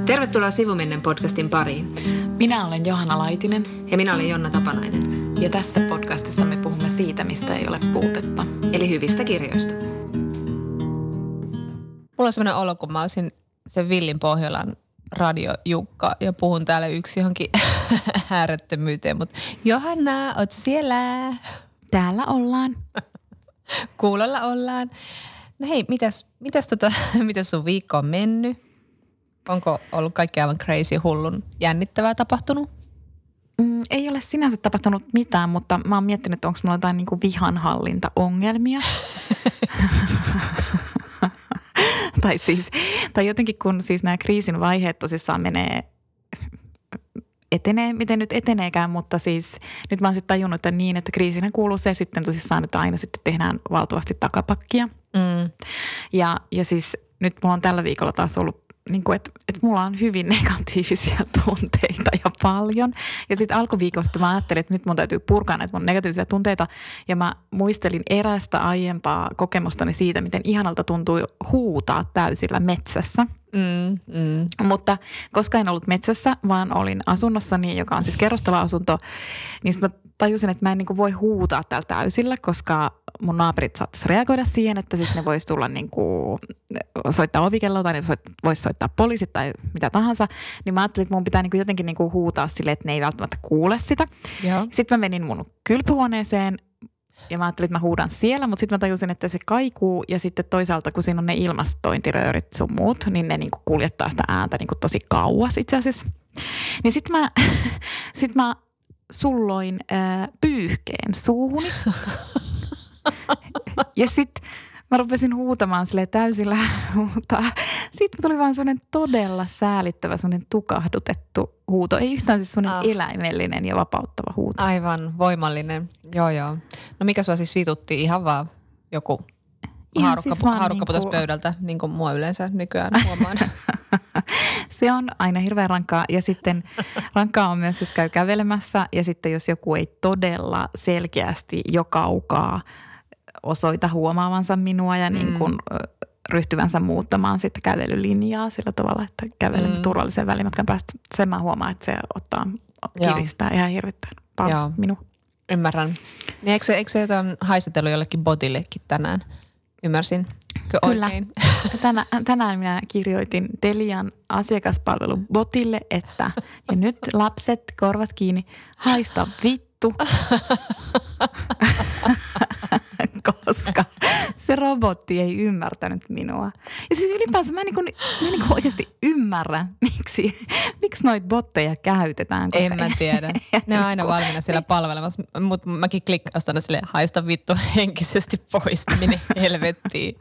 Tervetuloa Sivumennen podcastin pariin. Minä olen Johanna Laitinen. Ja minä olen Jonna Tapanainen. Ja tässä podcastissa me puhumme siitä, mistä ei ole puutetta. Eli hyvistä kirjoista. Mulla on sellainen olo, kun mä olisin sen Villin Pohjolan radiojukka ja puhun täällä yksi johonkin äärettömyyteen, mutta Johanna, oot siellä? Täällä ollaan. Kuulolla ollaan. No hei, mitäs sun viikko on mennyt? Onko ollut kaikki aivan crazy, hullun, jännittävää tapahtunut? Ei ole sinänsä tapahtunut mitään, mutta mä oon miettinyt, että onko mulla jotain niin kuin vihanhallintaongelmia. tai jotenkin kun siis nämä kriisin vaiheet tosissaan etenee, miten nyt eteneekään, mutta siis nyt mä oon sitten tajunnut, että niin, että kriisinä kuuluu se sitten tosissaan, että aina sitten tehdään valtavasti takapakkia. Ja siis nyt mulla on tällä viikolla taas ollut niin kuin, että mulla on hyvin negatiivisia tunteita ja paljon. Ja sitten alkuviikosta mä ajattelin, että nyt mun täytyy purkaa näitä mun negatiivisia tunteita. Ja mä muistelin erästä aiempaa kokemustani siitä, miten ihanalta tuntui huutaa täysillä metsässä. Mutta koska en ollut metsässä, vaan olin asunnossani, joka on siis kerrostaloasunto, niin mä tajusin, että mä en niin kuin voi huutaa täällä täysillä, koska mun naapurit saattaisi reagoida siihen, että siis ne voisi tulla niin kuin soittaa ovikelloa tai ne voisi soittaa poliisit tai mitä tahansa. Niin mä ajattelin, että mun pitää niin kuin jotenkin niin kuin huutaa silleen, että ne ei välttämättä kuule sitä. Joo. Sitten mä menin mun kylpyhuoneeseen ja mä ajattelin, että mä huudan siellä, mutta sitten mä tajusin, että se kaikuu ja sitten toisaalta, kun siinä on ne ilmastointiröörit sun muut, niin ne niin kuin kuljettaa sitä ääntä niin kuin tosi kauas itse asiassa. Niin sitten mä sulloin pyyhkeen suuhuni. Ja sitten mä rupesin huutamaan silleen täysillä, mutta sitten tuli vaan semmoinen todella säälittävä, semmoinen tukahdutettu huuto. Ei yhtään siis semmoinen eläimellinen ja vapauttava huuto. Aivan voimallinen, joo. No mikä sua siis vitutti? Ihan vaan joku haarukka putosi pöydältä, niin kuin mua yleensä nykyään huomaan. Se on aina hirveän rankkaa ja sitten rankkaa on myös, jos käy kävelemässä ja sitten jos joku ei todella selkeästi jo kaukaa osoita huomaavansa minua ja niin kuin ryhtyvänsä muuttamaan sitten kävelylinjaa sillä tavalla, että kävelemme turvallisen välimatkan päästä. Sen mä huomaan, että se kiristää ihan hirvittävän paljon minua. Ymmärrän. Niin eikö se jotain haisetellut jollekin botillekin tänään? Ymmärsinkö oikein? Kyllä. Tänään minä kirjoitin Telian asiakaspalvelun botille, että ja nyt lapset, korvat kiinni, haista vittu. Koska se robotti ei ymmärtänyt minua. Ja siis ylipäänsä mä en oikeasti ymmärrä, miksi noita botteja käytetään. Koska en mä tiedä. Ne on aina valmiina siellä palvelemassa, mutta mäkin klikkaan aina silleen, haista vittu henkisesti pois, mene helvettiin.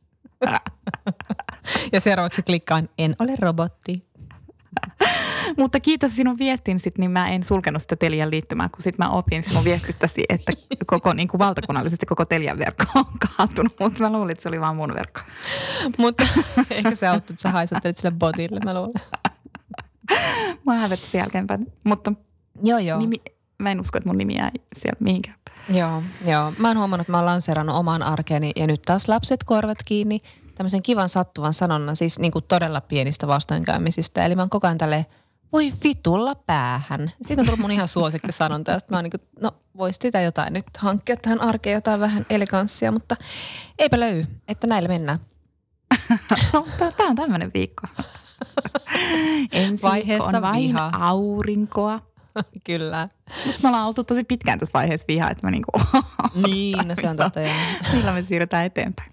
Ja seuraavaksi klikkaan, en ole robotti. Mutta kiitos sinun viestin sit, niin mä en sulkenut sitä Telian liittymää, kun sit mä opin sinun viestistäsi, että koko niin kuin valtakunnallisesti koko Telian verkko on kaatunut, mutta mä luulin, että se oli vaan mun verkko. Mutta ehkä se auttoi, että sä haisattelit sille botille, mä luulen. Mä hävetti sen jälkeenpäin, mutta joo. Mä en usko, että mun nimi jää siellä mihinkään. Joo. Mä oon huomannut, että mä oon lanseerannut omaan arkeeni ja nyt taas lapset korvat kiinni. Tämmöisen kivan sattuvan sanonnan, siis niin kuin todella pienistä vastoinkäymisistä. Eli mä oon koko ajan tälleen, voi vitulla päähän. Siitä on tullut mun ihan suosikkisanonta. Ja sitten mä oon niin kuin, no vois sitä jotain nyt hankkia tähän arkeen jotain vähän eleganssia, mutta eipä löy, että näillä mennään. Tää on tämmönen viikko. Ensi vaiheessa on vain viha. Aurinkoa. Kyllä. Mutta me ollaan oltu tosi pitkään tässä vaiheessa vihaa, että mä niinku... Niin, no se on totta. Millä me siirrytään eteenpäin?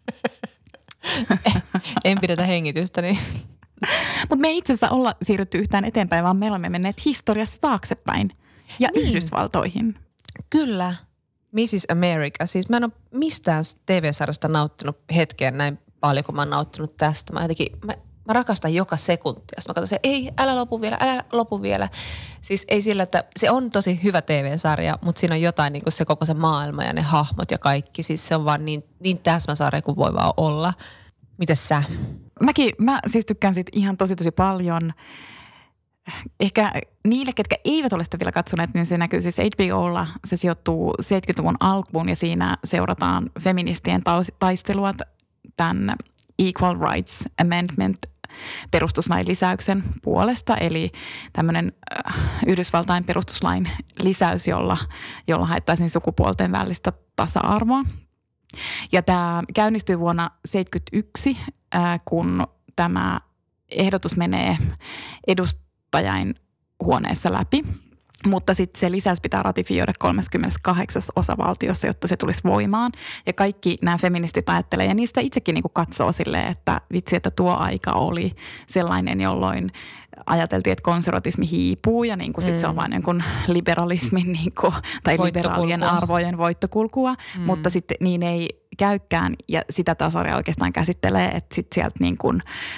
En pidetä hengitystä, niin... Mutta me ei itse asiassa olla siirrytty yhtään eteenpäin, vaan me olemme menneet historiassa taaksepäin ja Yhdysvaltoihin. Kyllä. Mrs. America. Siis mä en ole mistään TV-sarjasta nauttinut hetkeen näin paljon, kun mä oon nauttinut tästä. Mä rakastan joka sekuntia. Sitten mä katson se, älä lopu vielä. Siis ei sillä, että se on tosi hyvä TV-sarja, mutta siinä on jotain niin kuin se koko se maailma ja ne hahmot ja kaikki. Siis se on vaan niin täsmäsarja kuin voi vaan olla. Mites sä? Mä siis tykkään siitä ihan tosi paljon. Ehkä niille, ketkä eivät ole sitä vielä katsoneet, niin se näkyy siis HBOlla. Se sijoittuu 70-luvun alkuun ja siinä seurataan feministien taistelua tämän Equal Rights Amendment perustuslain lisäyksen puolesta, eli tämmöinen Yhdysvaltain perustuslain lisäys, jolla haettaisiin sukupuolten välistä tasa-arvoa. Ja tämä käynnistyi vuonna 1971, kun tämä ehdotus menee edustajain huoneessa läpi. Mutta sitten se lisäys pitää ratifioida 38 osavaltiossa, jotta se tulisi voimaan. Ja kaikki nämä feministit ajattelee, ja niistä itsekin niinku katsoo silleen, että vitsi, että tuo aika oli sellainen, jolloin ajateltiin, että konservatismi hiipuu ja niinku sit se on vain jonkun liberalismin niinku, tai liberaalien arvojen voittokulkua. Mutta sitten niin ei käykään, ja sitä tämä sarja oikeastaan käsittelee, että sitten sieltä niinku,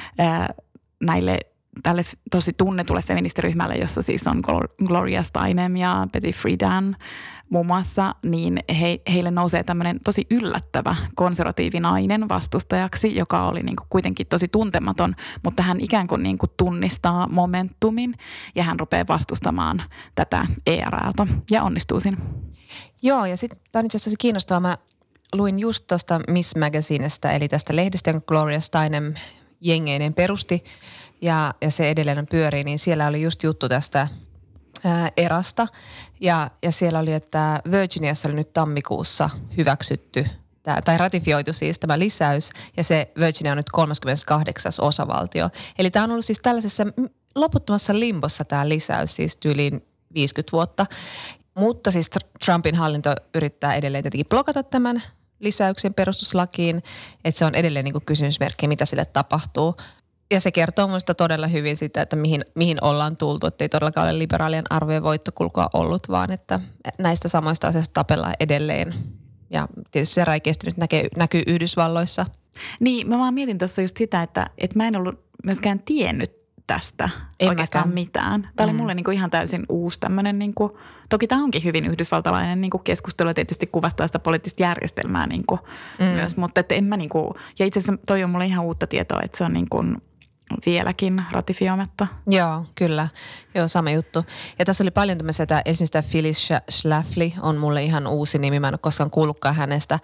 tälle tosi tunnetulle feministiryhmälle, jossa siis on Gloria Steinem ja Betty Friedan muun muassa, niin heille nousee tämmöinen tosi yllättävä konservatiivinainen vastustajaksi, joka oli niin kuin kuitenkin tosi tuntematon, mutta hän ikään kuin, tunnistaa momentumin ja hän rupeaa vastustamaan tätä ERA:ta ja onnistuu siinä. Joo, ja sitten tämä on itse asiassa tosi kiinnostavaa. Mä luin just tuosta Miss Magazinestä, eli tästä lehdestä, jonka Gloria Steinem jengeinen perusti, ja se edelleen pyörii, niin siellä oli just juttu tästä erasta. Ja siellä oli, että Virginiassa oli nyt tammikuussa hyväksytty, tai ratifioitu siis tämä lisäys, ja se Virginia on nyt 38. osavaltio. Eli tämä on ollut siis tällaisessa loputtomassa limbossa tämä lisäys, siis tyyliin 50 vuotta. Mutta siis Trumpin hallinto yrittää edelleen tietenkin blokata tämän lisäyksen perustuslakiin, että se on edelleen niin kuin kysymysmerkki, mitä sille tapahtuu. Ja se kertoo minusta todella hyvin sitä, että mihin ollaan tultu, että ei todellakaan ole liberaalien arvojen voittokulkua ollut, vaan että näistä samoista asioista tapellaan edelleen. Ja tietysti se räikeästi nyt näkyy Yhdysvalloissa. Niin, mä vaan mietin tuossa just sitä, että mä en ollut myöskään tiennyt tästä oikeastaan mitään. Tämä oli mulle niinku ihan täysin uusi tämmöinen, niinku, toki tämä onkin hyvin yhdysvaltalainen niinku keskustelu ja tietysti kuvastaa sitä poliittista järjestelmää niinku myös, mutta että en mä niinku, ja itse asiassa toi on mulle ihan uutta tietoa, että se on niinku vieläkin ratifioimatta. Joo, kyllä. Joo, sama juttu. Ja tässä oli paljon tämmöisiä, että esimerkiksi tämä Phyllis Schlafly on mulle ihan uusi nimi, mä en ole koskaan kuullutkaan hänestä.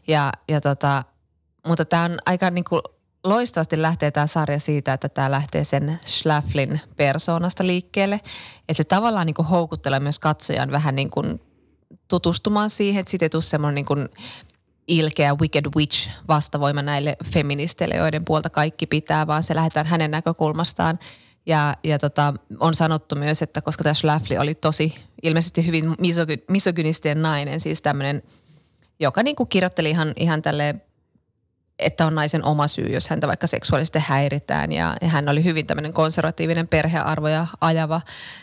Mutta tämä on aika niinku loistavasti lähtee tämä sarja siitä, että tämä lähtee sen Schlaflyn persoonasta liikkeelle. Että se tavallaan niinku houkuttelee myös katsojan vähän niin kuin tutustumaan siihen, että siitä ei tule semmoinen niin kuin ilkeä wicked witch vastavoima näille feministeille, joiden puolta kaikki pitää, vaan se lähdetään hänen näkökulmastaan. Ja on sanottu myös, että koska tämä Schlafly oli tosi ilmeisesti hyvin misogynistinen nainen, siis tämmöinen, joka niin kuin kirjoitteli ihan tälleen, että on naisen oma syy, jos häntä vaikka seksuaalisesti häiritään. Ja hän oli hyvin tämmöinen konservatiivinen perhearvoja ajava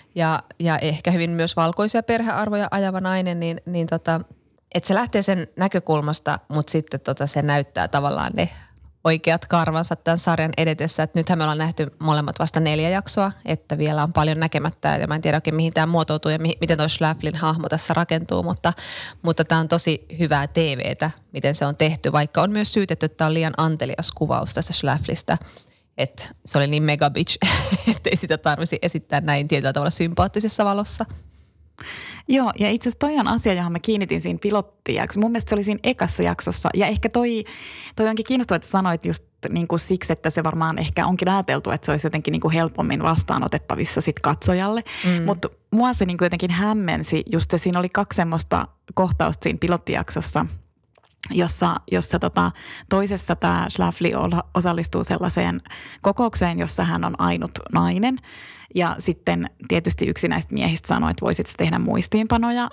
ja ehkä hyvin myös valkoisia perhearvoja ajava nainen, että se lähtee sen näkökulmasta, mutta sitten se näyttää tavallaan ne oikeat karvansa tämän sarjan edetessä. Että nythän me ollaan nähty molemmat vasta 4 jaksoa, että vielä on paljon näkemättä ja mä en tiedä oikein mihin tämä muotoutuu ja miten tuo Schlaflyn hahmo tässä rakentuu, mutta tämä on tosi hyvää TVtä, miten se on tehty, vaikka on myös syytetty, että tämä on liian antelias kuvaus tästä Schlaflystä, että se oli niin mega bitch, ettei sitä tarvitsisi esittää näin tietyllä tavalla sympaattisessa valossa. Joo, ja itse asiassa toi on asia, johon mä kiinnitin siinä pilottijaksossa. Mun mielestä se oli siinä ekassa jaksossa. Ja ehkä toi onkin kiinnostavaa, että sanoit just niin kuin siksi, että se varmaan ehkä onkin ajateltu, että se olisi jotenkin niin kuin helpommin vastaanotettavissa sit katsojalle. Mutta mua se niin kuin jotenkin hämmensi just se, siinä oli 2 semmoista kohtausta siinä pilottijaksossa, jossa toisessa tämä Schlafly osallistuu sellaiseen kokoukseen, jossa hän on ainut nainen. Ja sitten tietysti yksi näistä miehistä sanoi, että voisit sä tehdä muistiinpanoja.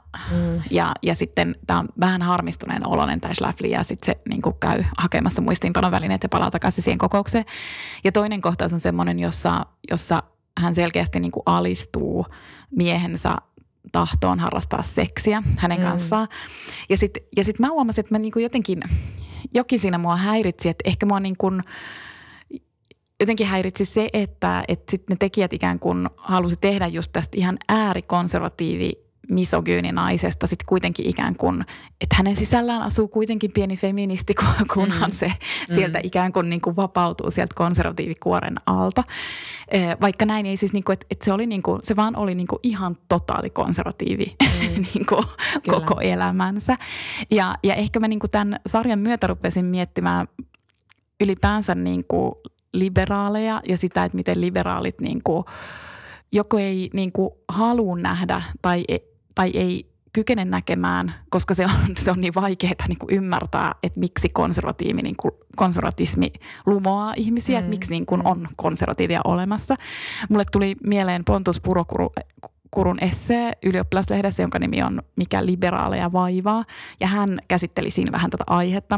Ja sitten tämä on vähän harmistuneen oloinen tämä Schlafly ja sitten se niin kuin käy hakemassa muistiinpanovälineet ja palaa takaisin siihen kokoukseen. Ja toinen kohtaus on semmoinen, jossa hän selkeästi niin kuin alistuu miehensä tahtoon harrastaa seksiä hänen kanssaan. Ja sit mä huomasin, että mä niinku jokin siinä mua häiritsi, että ehkä mua jotenkin häiritsi se, että sit ne tekijät ikään kuin halusi tehdä just tästä ihan äärikonservatiivi misogyyninaisesta sitten kuitenkin ikään kuin, että hänen sisällään asuu kuitenkin pieni feministi, kunhan se sieltä ikään kuin, vapautuu sieltä konservatiivikuoren alta. Vaikka näin ei siis, että se oli se vaan oli ihan totaalikonservatiivi koko elämänsä. Ja ehkä mä tämän sarjan myötä rupesin miettimään ylipäänsä liberaaleja ja sitä, että miten liberaalit niin kuin, joko ei niin kuin halua nähdä tai ei kykene näkemään, koska se on niin vaikeaa niin kuin ymmärtää, että miksi konservatismi lumoaa ihmisiä, että miksi niin kuin on konservatiivia olemassa. Mulle tuli mieleen Pontus Purokurun essee Ylioppilaslehdessä, jonka nimi on Mikä liberaaleja vaivaa, ja hän käsitteli siinä vähän tätä aihetta.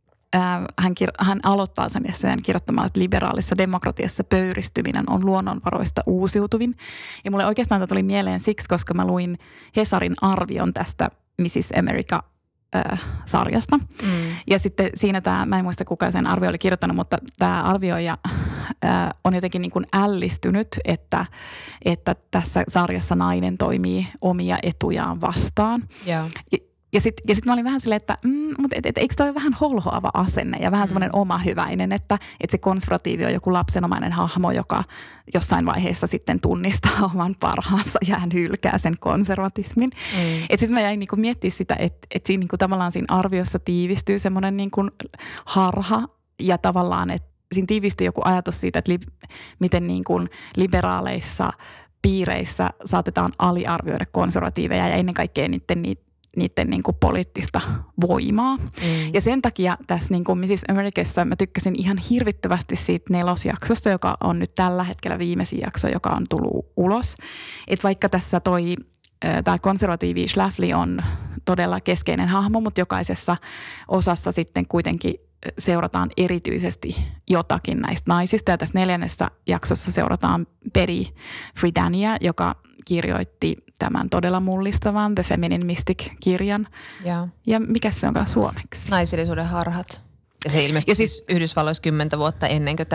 Hän aloittaa sen esseen kirjoittamalla, että liberaalissa demokratiassa pöyristyminen on luonnonvaroista uusiutuvin. Ja mulle oikeastaan tämä tuli mieleen siksi, koska mä luin Hesarin arvion tästä Mrs. America-sarjasta. Ja sitten siinä mä en muista kuka sen arvio oli kirjoittanut, mutta tämä arvioija on jotenkin niin kuin ällistynyt, että tässä sarjassa nainen toimii omia etujaan vastaan. Yeah. Ja sitten mä olin vähän silleen, että mutta eikö toi ole vähän holhoava asenne ja vähän semmoinen omahyväinen, että se konservatiivi on joku lapsenomainen hahmo, joka jossain vaiheessa sitten tunnistaa oman parhaansa ja hän hylkää sen konservatismin. Että sitten mä jäin niinku miettimään sitä, että siinä niinku tavallaan siinä arviossa tiivistyy semmoinen niinku harha ja tavallaan, että siinä tiivistyy joku ajatus siitä, että miten niinku liberaaleissa piireissä saatetaan aliarvioida konservatiiveja ja ennen kaikkea niiden niin kuin poliittista voimaa. Ja sen takia tässä niin kuin Mrs. Americassa mä tykkäsin ihan hirvittävästi siitä 4. jaksosta, joka on nyt tällä hetkellä viimeisin jakso, joka on tullut ulos. Että vaikka tässä tämä konservatiivi Schlafly on todella keskeinen hahmo, mutta jokaisessa osassa sitten kuitenkin seurataan erityisesti jotakin näistä naisista. Ja tässä 4. jaksossa seurataan Betty Friedandia, joka kirjoitti tämän todella mullistavan The Feminine Mystic-kirjan. Ja mikä se onkaan suomeksi? Naisillisuuden harhat. Ja se ilmestyi siis Yhdysvalloissa 10 vuotta ennen kuin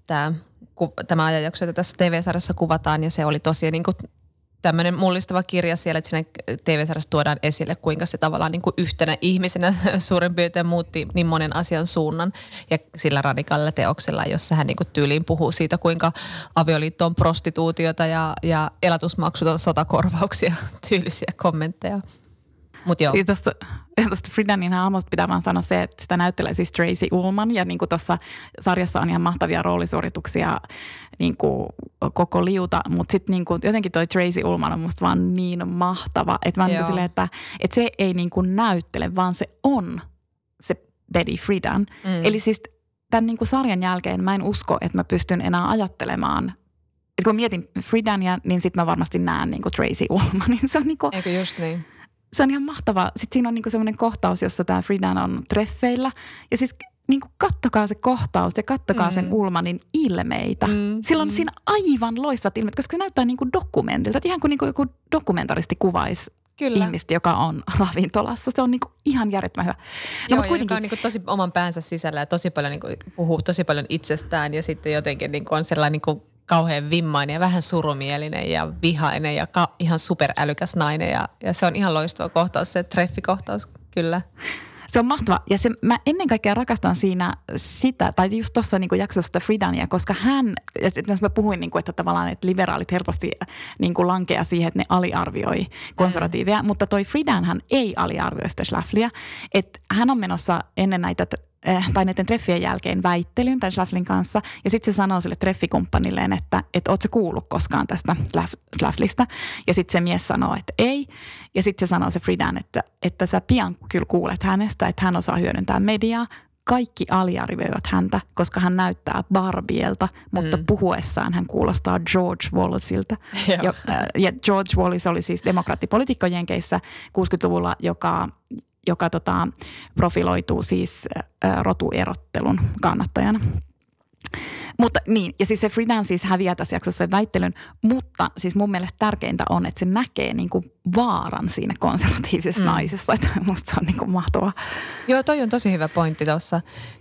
tämä ajanjakso, jota tässä TV-sarjassa kuvataan. Ja se oli tosiaan niin kuin tämmöinen mullistava kirja siellä, että siinä TV-sarjassa tuodaan esille, kuinka se tavallaan niin kuin yhtenä ihmisenä suurin piirtein muutti niin monen asian suunnan. Ja sillä radikaalilla teoksella, jossa hän niin kuin tyyliin puhuu siitä, kuinka avioliitto on prostituutiota ja elatusmaksut on sotakorvauksia, tyylisiä kommentteja. Mut joo. Tuosta Friedanin hahmosta pitää vaan sanoa se, että sitä näyttelee siis Tracy Ullman ja niin kuin tuossa sarjassa on ihan mahtavia roolisuorituksia niin kuin koko liuta, mutta sitten niin kuin jotenkin toi Tracy Ullman on musta vaan niin mahtava, että vaan niin kuin silleen, että se ei niin kuin näyttele, vaan se on se Betty Friedan. Eli siis tämän niin kuin sarjan jälkeen mä en usko, että mä pystyn enää ajattelemaan, että kun mä mietin Friedania, niin sitten mä varmasti näen niin kuin Tracy Ullmanin. Se on niin kuin, eikö just niin? Se on ihan mahtavaa. Sitten siinä on niinku semmoinen kohtaus, jossa tämä Friedan on treffeillä. Ja siis niinku kattokaa se kohtaus ja kattokaa sen Ullmanin ilmeitä. Sillä on siinä aivan loistavat ilmeet, koska se näyttää niinku dokumentilta. Ihan kuin niinku joku dokumentaristi kuvaisi ihmistä, joka on ravintolassa. Se on niinku ihan järjettömän hyvä. Joo, mutta kuitenkin on niinku tosi oman päänsä sisällä ja tosi paljon niinku puhuu tosi paljon itsestään ja sitten jotenkin niinku on sellainen niinku kauhean vimmainen ja vähän surumielinen ja vihainen ja ihan superälykäs nainen ja se on ihan loistava kohtaus, se treffikohtaus, kyllä. Se on mahtava ja mä ennen kaikkea rakastan siinä sitä, tai just tuossa niin jaksosta Friedania, koska hän, jos mä puhuin, niin kuin, että tavallaan että liberaalit helposti niin kuin lankeaa siihen, että ne aliarvioi konservatiiveja, mutta toi Friedan hän ei aliarvioi sitä Schlaflyä, että hän on menossa ennen näitä tai näiden treffien jälkeen väittelyyn tämän Schlaflyn kanssa. Ja sitten se sanoo sille treffikumppanilleen, että oot sä kuullut koskaan tästä Schlaflystä. Ja sitten se mies sanoo, että ei. Ja sitten se sanoo se Friedan, että sä pian kyllä kuulet hänestä, että hän osaa hyödyntää mediaa. Kaikki aliarvioivat häntä, koska hän näyttää Barbielta, mutta puhuessaan hän kuulostaa George Wallaceilta. Ja George Wallace oli siis demokraattipoliitikko Jenkeissä 60-luvulla, joka profiloituu siis rotuerottelun kannattajana. Mutta niin, ja siis se Friedan siis häviää tässä jaksossa sen väittelyn, mutta siis mun mielestä tärkeintä on, että se näkee niinku vaaran siinä konservatiivisessa naisessa, että musta se on niinku mahtavaa. Joo, toi on tosi hyvä pointti tuossa.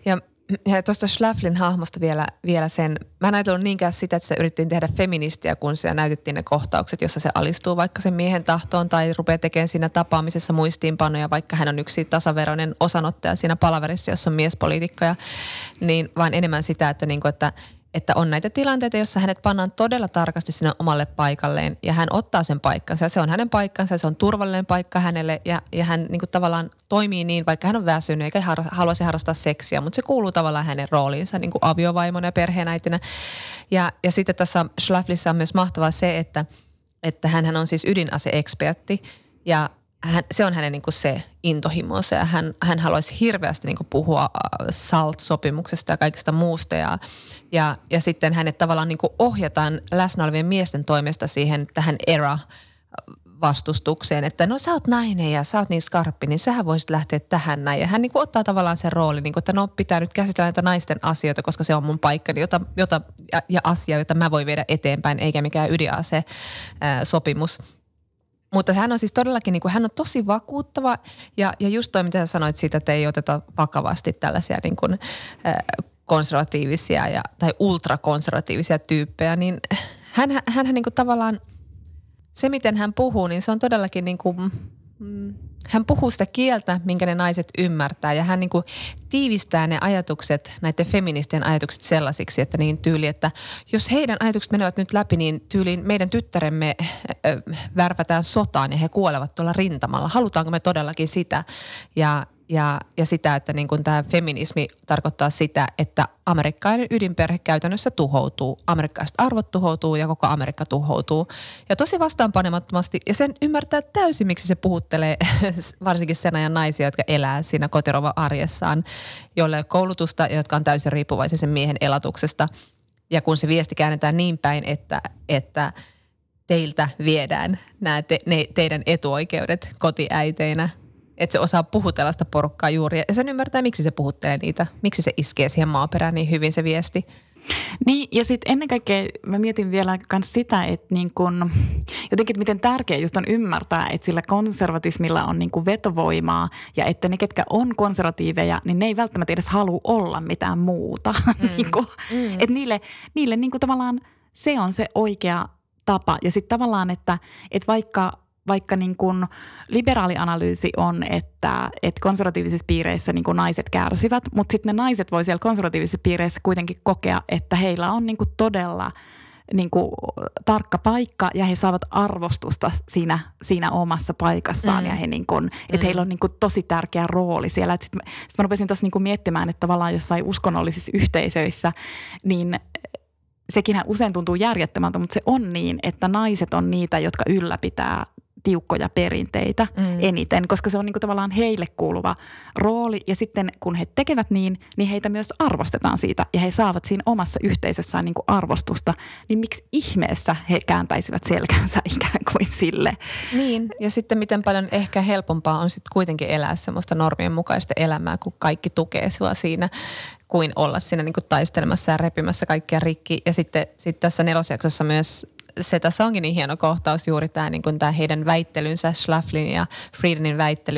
Ja tuosta Schlaflyn hahmosta vielä sen, mä en ajatellut niinkään sitä, että se yritettiin tehdä feministiä, kun siellä näytettiin ne kohtaukset, jossa se alistuu vaikka sen miehen tahtoon tai rupeaa tekemään siinä tapaamisessa muistiinpanoja, vaikka hän on yksi tasaveroinen osanottaja siinä palaverissa, jossa on miespoliitikkoja, niin vaan enemmän sitä, että että on näitä tilanteita, joissa hänet pannaan todella tarkasti sinne omalle paikalleen ja hän ottaa sen paikkansa. Se on hänen paikkansa, se on turvallinen paikka hänelle ja hän niin kuin tavallaan toimii niin, vaikka hän on väsynyt eikä haluaisi harrastaa seksiä, mutta se kuuluu tavallaan hänen rooliinsa niin kuin aviovaimona ja perheenäitinä. Ja sitten tässä Schlaflyssä on myös mahtavaa se, että hän on siis ydinase-ekspertti ja se on hänen niin kuin se intohimonsa ja hän haluaisi hirveästi niin kuin puhua SALT-sopimuksesta ja kaikista muusta ja sitten hänet tavallaan niin kuin ohjataan läsnä olevien miesten toimesta siihen tähän vastustukseen, että no sä oot nainen ja sä oot niin skarppi, niin sähän voisit lähteä tähän näin. Ja hän niin kuin ottaa tavallaan sen roolin, niin kuin, että no pitää nyt käsitellä näitä naisten asioita, koska se on mun paikkani ja asia, jota mä voin viedä eteenpäin, eikä mikään ydinase-sopimus. Mutta hän on siis todellakin, niin kuin, hän on tosi vakuuttava ja just toi, mitä sä sanoit siitä, että ei oteta vakavasti tällaisia niin kuin, konservatiivisia tai ultrakonservatiivisia tyyppejä, niin hän niin kuin tavallaan, se miten hän puhuu, niin se on todellakin niin kuin, hän puhuu sitä kieltä, minkä ne naiset ymmärtää ja hän niin kuin tiivistää ne ajatukset, näiden feministien ajatukset sellaisiksi, että niin tyyli, että jos heidän ajatukset menevät nyt läpi, niin tyyliin meidän tyttäremme värvätään sotaan ja he kuolevat tuolla rintamalla. Halutaanko me todellakin sitä? Ja sitä, että niin kuin tämä feminismi tarkoittaa sitä, että amerikkalainen ydinperhe käytännössä tuhoutuu. Amerikkalaiset arvot tuhoutuu ja koko Amerikka tuhoutuu. Ja tosi vastaanpanemattomasti. Ja sen ymmärtää täysin, miksi se puhuttelee varsinkin sen ajan naisia, jotka elää siinä kotirova-arjessaan, joille ei ole koulutusta ja jotka on täysin riippuvaisia sen miehen elatuksesta. Ja kun se viesti käännetään niin päin, että teiltä viedään nämä teidän etuoikeudet kotiäiteinä, että se osaa puhutella sitä porukkaa juuri. Ja sen ymmärtää, miksi se puhuttelee niitä, miksi se iskee siihen maaperään niin hyvin se viesti. Niin, ja sitten ennen kaikkea mä mietin vielä myös sitä, että niin kun, jotenkin, että miten tärkeää just on ymmärtää, että sillä konservatismilla on niin kun vetovoimaa ja että ne, ketkä on konservatiiveja, niin ne ei välttämättä edes halua olla mitään muuta. Että niille niin kun tavallaan se on se oikea tapa. Ja sitten tavallaan, että vaikka niin kuin liberaalianalyysi on, että konservatiivisissa piireissä niin kuin naiset kärsivät, mutta sitten ne naiset voi siellä konservatiivisissa piireissä kuitenkin kokea, että heillä on niin kuin todella niin kuin tarkka paikka ja he saavat arvostusta siinä omassa paikassaan ja he niin kuin, että heillä on niin kuin tosi tärkeä rooli siellä. Sitten mä rupesin tuossa niin kuin miettimään, että tavallaan jossain uskonnollisissa yhteisöissä, niin sekinhän usein tuntuu järjettömältä, mutta se on niin, että naiset on niitä, jotka ylläpitää tiukkoja perinteitä eniten, koska se on niinku tavallaan heille kuuluva rooli. Ja sitten kun he tekevät niin heitä myös arvostetaan siitä ja he saavat siinä omassa yhteisössään niinku arvostusta. Niin miksi ihmeessä he kääntäisivät selkänsä ikään kuin sille? Niin, ja sitten miten paljon ehkä helpompaa on sitten kuitenkin elää semmoista normien mukaista elämää, kun kaikki tukee sua siinä, kuin olla siinä niinku taistelemassa ja repimässä kaikkia rikki. Ja sitten tässä 4. jaksossa myös se tässä onkin niin hieno kohtaus juuri tämä niin kuin tämä heidän väittelynsä, Schlaflyn ja Friedanin väittely,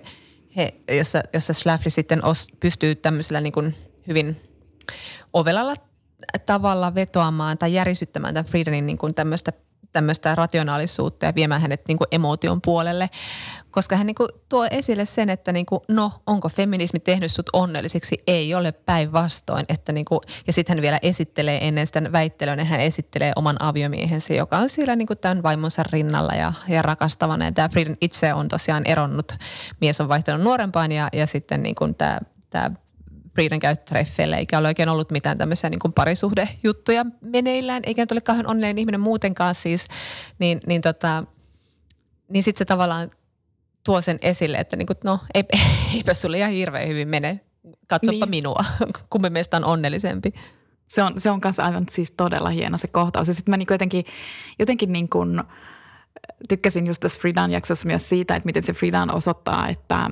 jossa Schlafly sitten pystyy tämmöisellä niin kuin hyvin ovelalla tavalla vetoamaan tai järisyttämään tämän Friedanin niin kuin tämmöistä rationaalisuutta ja viemään hänet niin kuin emootion puolelle, koska hän niin kuin tuo esille sen, että niin kuin, no onko feminismi tehnyt sut onnelliseksi? Ei ole, päinvastoin. Että niin kuin, ja sitten hän vielä esittelee ennen sitä väittelyä, niin hän esittelee oman aviomiehensä, joka on siellä niin kuin tämän vaimonsa rinnalla ja rakastavana. Ja tämä Friedan itse on tosiaan eronnut, mies on vaihtanut nuorempaan ja sitten niin kuin tämä Friedan käy treffeille, eikä ole oikein ollut mitään tämmöisiä niin kuin parisuhdejuttuja meneillään, eikä nyt ole kauhean onnellinen ihminen muutenkaan siis, niin sitten se tavallaan tuo sen esille, että niin kuin, no eipä sulle ihan hirveän hyvin mene, katsoppa minua, kumpi meistä on onnellisempi. Se on kanssa aivan siis todella hieno se kohtaus ja sitten mä niin jotenkin niin kuin tykkäsin just tässä Friedan jaksossa myös siitä, että miten se Friedan osoittaa, että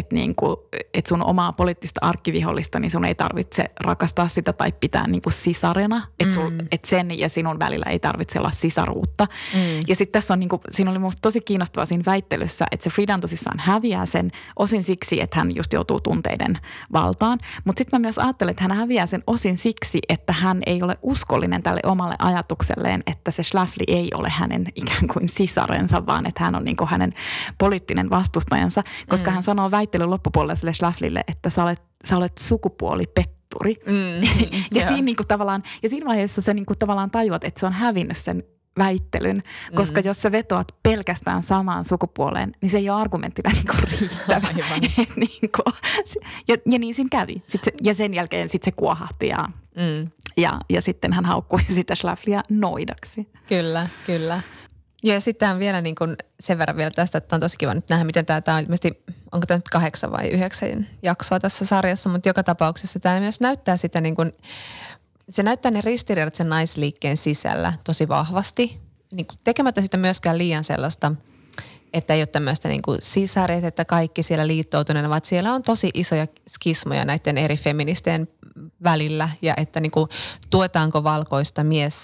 sun omaa poliittista arkkivihollista, niin sun ei tarvitse rakastaa sitä tai pitää niin kuin sisarena. Että sen ja sinun välillä ei tarvitse olla sisaruutta. Ja sitten tässä on niin kuin, siinä oli musta tosi kiinnostavaa siinä väittelyssä, että se Friedan tosissaan häviää sen osin siksi, että hän just joutuu tunteiden valtaan. Mutta sitten mä myös ajattelen, että hän häviää sen osin siksi, että hän ei ole uskollinen tälle omalle ajatukselleen, että se Schlafly ei ole hänen ikään kuin sisarensa, vaan että hän on niin kuin hänen poliittinen vastustajansa, koska hän sanoo väittelyn loppupuolella sille Schlaflylle, että sä olet sukupuolipettunen. taituri. Ja siinä niinku tavallaan, ja siinä vaiheessa sä niinku tavallaan tajuat, että se on hävinnyt sen väittelyn, koska jos sä vetoat pelkästään samaan sukupuoleen, niin se ei ole argumenttina niinku riittävä. Niinku, ja niin siinä kävi. Ja sen jälkeen sitten se kuohahti ja sitten hän haukkui sitä Schlaflyä noidaksi. Kyllä, kyllä. Ja sitten on vielä niin kuin sen verran vielä tästä, että on tosi kiva nyt nähdä, miten tämä on ilmeisesti, onko tämä nyt 8 vai 9 jaksoa tässä sarjassa, mutta joka tapauksessa tämä myös näyttää sitä niin kuin, se näyttää ne ristiriidat sen naisliikkeen sisällä tosi vahvasti, niin kuin tekemättä sitä myöskään liian sellaista, että ei ole tämmöistä niin kuin sisaret, että kaikki siellä liittoutuneena, vaan siellä on tosi isoja skismoja näiden eri feministeen välillä ja että niin kuin tuetaanko valkoista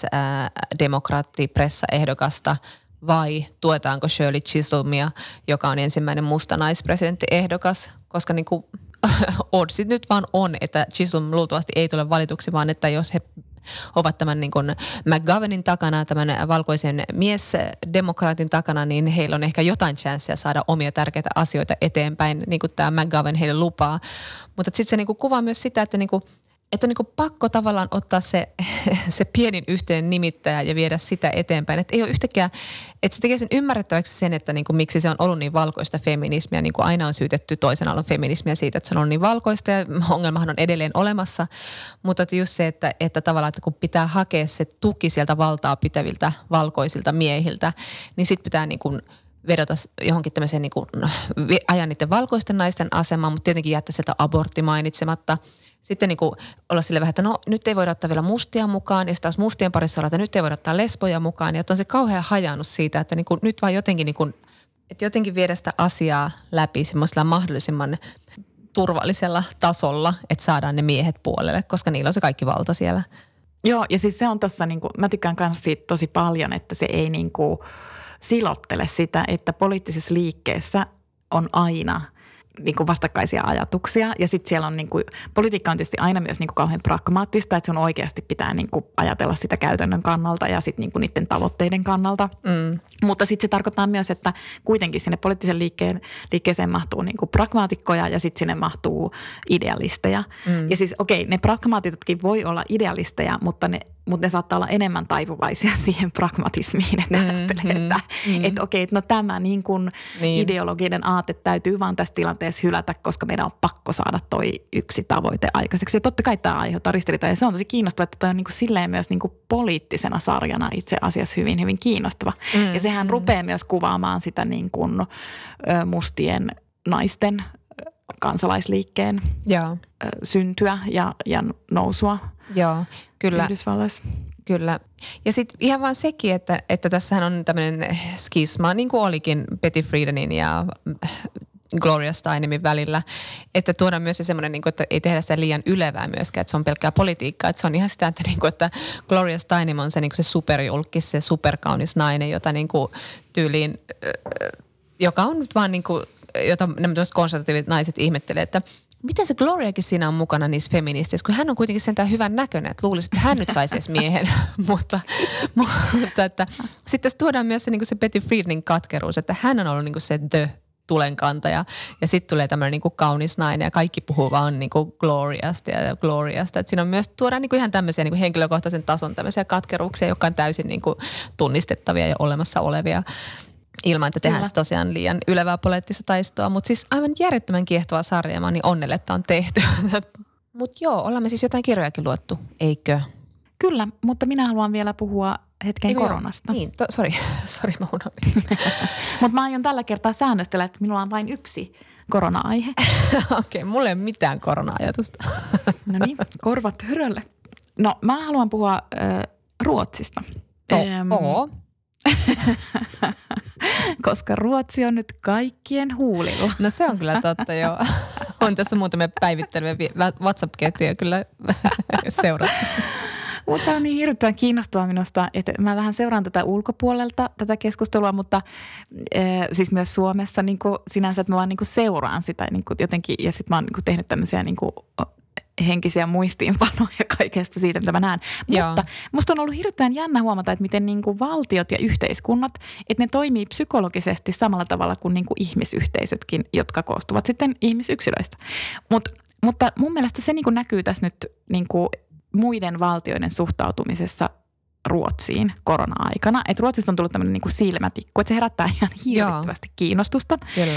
demokraatti-pressaehdokasta vai tuetaanko Shirley Chisholmia, joka on ensimmäinen musta naispresidenttiehdokas, koska niin kuin oddsit nyt vaan on, että Chisholm luultavasti ei tule valituksi, vaan että jos he ovat tämän niin kuin McGovernin takana, tämän valkoisen miesdemokraatin takana, niin heillä on ehkä jotain chanssia saada omia tärkeitä asioita eteenpäin, niin kuin tämä McGovern heille lupaa. Mutta sitten se niin kuin kuvaa myös sitä, että että on niin kuin pakko tavallaan ottaa se pienin yhteinen nimittäjä ja viedä sitä eteenpäin. Että ei ole yhtäkään, että se tekee sen ymmärrettäväksi sen, että niin kuin miksi se on ollut niin valkoista feminismiä. Niin kuin aina on syytetty toisen aallon feminismiä siitä, että se on ollut niin valkoista ja ongelmahan on edelleen olemassa. Mutta just se, että tavallaan, että kun pitää hakea se tuki sieltä valtaa pitäviltä valkoisilta miehiltä, niin sitten pitää niin kuin vedota johonkin tämmöiseen niin kuin ajan niiden valkoisten naisten asemaan, mutta tietenkin jättää sieltä abortti mainitsematta. Sitten niin kuin olla sille vähän, että no nyt ei voida ottaa vielä mustia mukaan ja sitten taas mustien parissa olla, että nyt ei voida ottaa lesboja mukaan. Ja että on se kauhean hajannus siitä, että niin kuin nyt vaan jotenkin, niin kuin, että jotenkin viedä sitä asiaa läpi semmoisella mahdollisimman turvallisella tasolla, että saadaan ne miehet puolelle, koska niillä on se kaikki valta siellä. Joo, ja siis se on tossa, niin kuin, mä tykkään myös siitä tosi paljon, että se ei niin kuin silottele sitä, että poliittisessa liikkeessä on aina niin kuin vastakkaisia ajatuksia ja sitten siellä on niin kuin, politiikka on tietysti aina myös niin kuin kauhean pragmaattista, että sun oikeasti pitää niin kuin ajatella sitä käytännön kannalta ja sitten niin kuin niiden tavoitteiden kannalta. Mutta sitten se tarkoittaa myös, että kuitenkin sinne poliittisen liikkeeseen mahtuu niin kuin pragmaatikkoja ja sitten sinne mahtuu idealisteja. Ja siis okei, ne pragmaatikotkin voi olla idealisteja, mutta ne saattaa olla enemmän taipuvaisia siihen pragmatismiin, että ajattelee, että okei, että no tämä niin kuin ideologinen aate täytyy vaan tässä tilanteessa hylätä, koska meidän on pakko saada toi yksi tavoite aikaiseksi. Ja totta kai tämä aiheuttaa ristiriitoja ja se on tosi kiinnostavaa, että toi on niin kuin silleen myös niin kuin poliittisena sarjana itse asiassa hyvin, hyvin kiinnostava. Ja sehän rupeaa myös kuvaamaan sitä niin kuin mustien naisten kansalaisliikkeen syntyä ja nousua. Joo, kyllä. Yhdysvalloissa. Kyllä. Ja sitten ihan vaan sekin, että tässähän on tämmöinen skisma, niin kuin olikin Betty Friedanin ja Gloria Steinemin välillä, että tuodaan myös se semmoinen, että ei tehdä sitä liian ylevää myöskään, että se on pelkkää politiikkaa. Että se on ihan sitä, että Gloria Steinem on se superjulkis, se superkaunis nainen, jota tyyliin, joka on nyt vaan jota nämä konservatiivit naiset ihmettelee, että miten se Gloriakin siinä on mukana niissä feministeissä, kun hän on kuitenkin sentään hyvän näköinen, että luulisi, että hän nyt saisi edes miehen. mutta että sitten tässä tuodaan myös se Betty Friedanin katkeruus, että hän on ollut se tulenkantaja ja sitten tulee tämmöinen kaunis nainen ja kaikki puhuu vaan Gloriasta ja Gloriasta. Että siinä on myös, tuodaan ihan tämmöisiä henkilökohtaisen tason tämmöisiä katkeruuksia, jotka on täysin tunnistettavia ja olemassa olevia. Ilman, että tehdään se tosiaan liian ylevää poliittista taistoa, mutta siis aivan järjettömän kiehtovaa sarjaa, mä oon niin onnelle, että on tehty. Mutta joo, ollaan me siis jotain kirjojakin luettu, eikö? Kyllä, mutta minä haluan vielä puhua hetken koronasta. Niin, sori mä unohdin. Mutta mä aion tällä kertaa säännöstellä, että minulla on vain yksi korona-aihe. Okei, mulla ei ole mitään korona-ajatusta. No niin, korvat hyrölle. No mä haluan puhua Ruotsista. Koska Ruotsi on nyt kaikkien huulilla. No se on kyllä totta, joo. On tässä muutamia päivittelyjä WhatsApp-ketjuja kyllä seurattu. Mutta on niin hirvittävän kiinnostavaa minusta, että mä vähän seuraan tätä ulkopuolelta, tätä keskustelua, mutta siis myös Suomessa niin kuin sinänsä, että mä vaan niin kuin seuraan sitä niin kuin jotenkin ja sitten mä oon niin kuin tehnyt tämmöisiä niin kuin henkisiä muistiinpanoja kaikesta siitä, mitä mä näen. Mutta musta on ollut hirveän jännä huomata, että miten niin kuin valtiot ja yhteiskunnat, että ne toimii psykologisesti samalla tavalla kuin, ihmisyhteisötkin, jotka koostuvat sitten ihmisyksilöistä. Mutta Mutta mun mielestä se niin kuin näkyy tässä nyt niin kuin muiden valtioiden suhtautumisessa Ruotsiin korona-aikana. Että Ruotsissa on tullut tämmöinen niin kuin silmätikku, että se herättää ihan hirvittävästi kiinnostusta. Kyllä.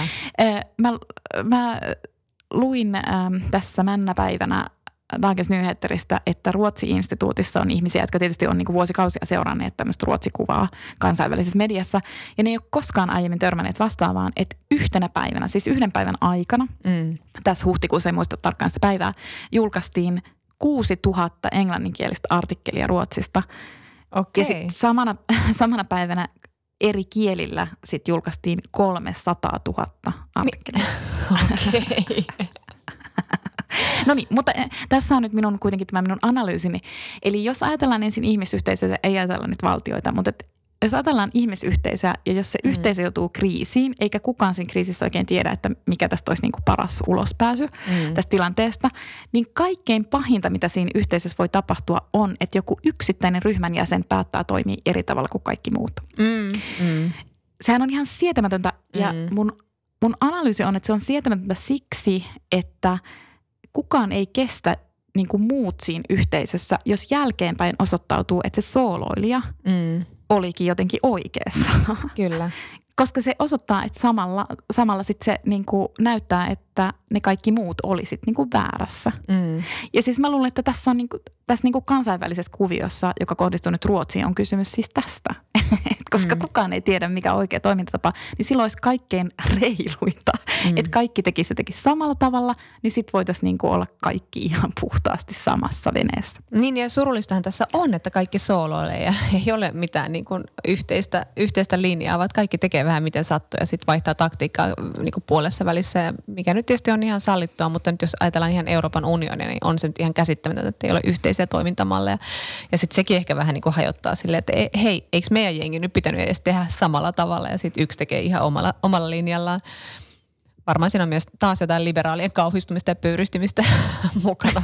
Mä luin tässä männäpäivänä Dagens Nyheteristä, että Ruotsi-instituutissa on ihmisiä, jotka tietysti on niin kuin vuosikausia seuranneet tämmöistä ruotsikuvaa kansainvälisessä mediassa. Ja ne ei ole koskaan aiemmin törmänneet vastaavaan, että yhtenä päivänä, siis yhden päivän aikana, tässä huhtikuussa, ei muista tarkkaan sitä päivää, julkaistiin 6000 englanninkielistä artikkelia Ruotsista. Okei. Ja sitten samana päivänä eri kielillä sit julkaistiin 300 000 artikkelia. Okei. No niin, mutta tässä on nyt kuitenkin tämä minun analyysini. Eli jos ajatellaan ensin ihmisyhteisöä, ei ajatella nyt valtioita, mutta jos ajatellaan ihmisyhteisöä ja jos se yhteisö joutuu kriisiin, eikä kukaan siinä kriisissä oikein tiedä, että mikä tästä olisi niin kuin paras ulospääsy tästä tilanteesta, niin kaikkein pahinta, mitä siinä yhteisössä voi tapahtua, on, että joku yksittäinen ryhmän jäsen päättää toimia eri tavalla kuin kaikki muut. Sehän on ihan sietämätöntä ja mun analyysi on, että se on sietämätöntä siksi, että kukaan ei kestä niin kuin muut siinä yhteisössä, jos jälkeenpäin osoittautuu, että se sooloilija olikin jotenkin oikeassa. Kyllä. Koska se osoittaa, että samalla sit se niin kuin näyttää, että ne kaikki muut oli sit niin kuin väärässä. Ja siis mä luulen, että tässä on tässä niin kuin kansainvälisessä kuviossa, joka kohdistuu nyt Ruotsiin, on kysymys siis tästä. Koska kukaan ei tiedä, mikä on oikea toimintatapa, niin silloin olisi kaikkein reiluinta, että kaikki tekisi samalla tavalla, niin sitten voitaisiin niin kuin olla kaikki ihan puhtaasti samassa veneessä. Niin ja surullistahan tässä on, että kaikki sooloilee ja ei ole mitään niin kuin yhteistä linjaa, vaan kaikki tekee vähän miten sattuu ja sitten vaihtaa taktiikkaa niin kuin puolessa välissä, ja mikä nyt tietysti on ihan sallittua, mutta nyt jos ajatellaan ihan Euroopan unionia, niin on se nyt ihan käsittämätöntä, että ei ole yhteisiä toimintamalleja. Ja sitten sekin ehkä vähän niin kuin hajottaa silleen, että hei, eikö meidän jengi nyt pitänyt edes tehdä samalla tavalla ja sitten yksi tekee ihan omalla linjallaan. Varmaan siinä on myös taas jotain liberaalien kauhistumista ja pöyristymistä mukana.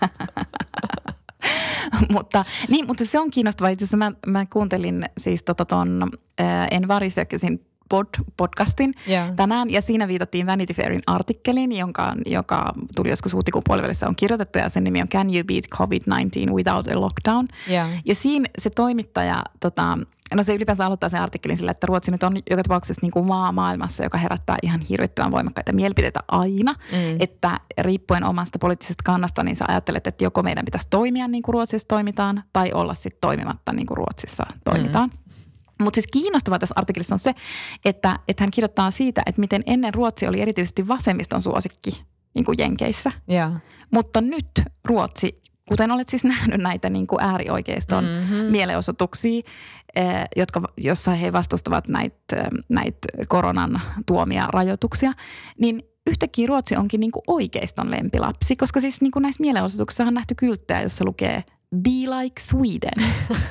mutta se on kiinnostavaa. Itse asiassa mä kuuntelin siis En Varisökkäsin podcastin tänään ja siinä viitattiin Vanity Fairin artikkeliin, joka tuli joskus huhtikuun puolivälissä on kirjoitettu ja sen nimi on Can you beat COVID-19 without a lockdown? Ja siinä se toimittaja, se ylipäänsä aloittaa sen artikkelin sillä, että Ruotsi nyt on joka tapauksessa niin kuin maa maailmassa, joka herättää ihan hirvittävän voimakkaita mielipiteitä aina, että riippuen omasta poliittisesta kannasta, niin sä ajattelet, että joko meidän pitäisi toimia niin kuin Ruotsissa toimitaan tai olla sitten toimimatta niin kuin Ruotsissa toimitaan. Mutta siis kiinnostavaa tässä artikkelissa on se, että hän kirjoittaa siitä, että miten ennen Ruotsi oli erityisesti vasemmiston suosikki niin kuin Jenkeissä. Mutta nyt Ruotsi, kuten olet siis nähnyt näitä niin kuin äärioikeiston mielenosoituksia, jossa he vastustavat näitä koronan tuomia rajoituksia, niin yhtäkkiä Ruotsi onkin niin kuin oikeiston lempilapsi, koska siis niin kuin näissä mielenosoituksissa on nähty kylttejä, jossa lukee Be like Sweden.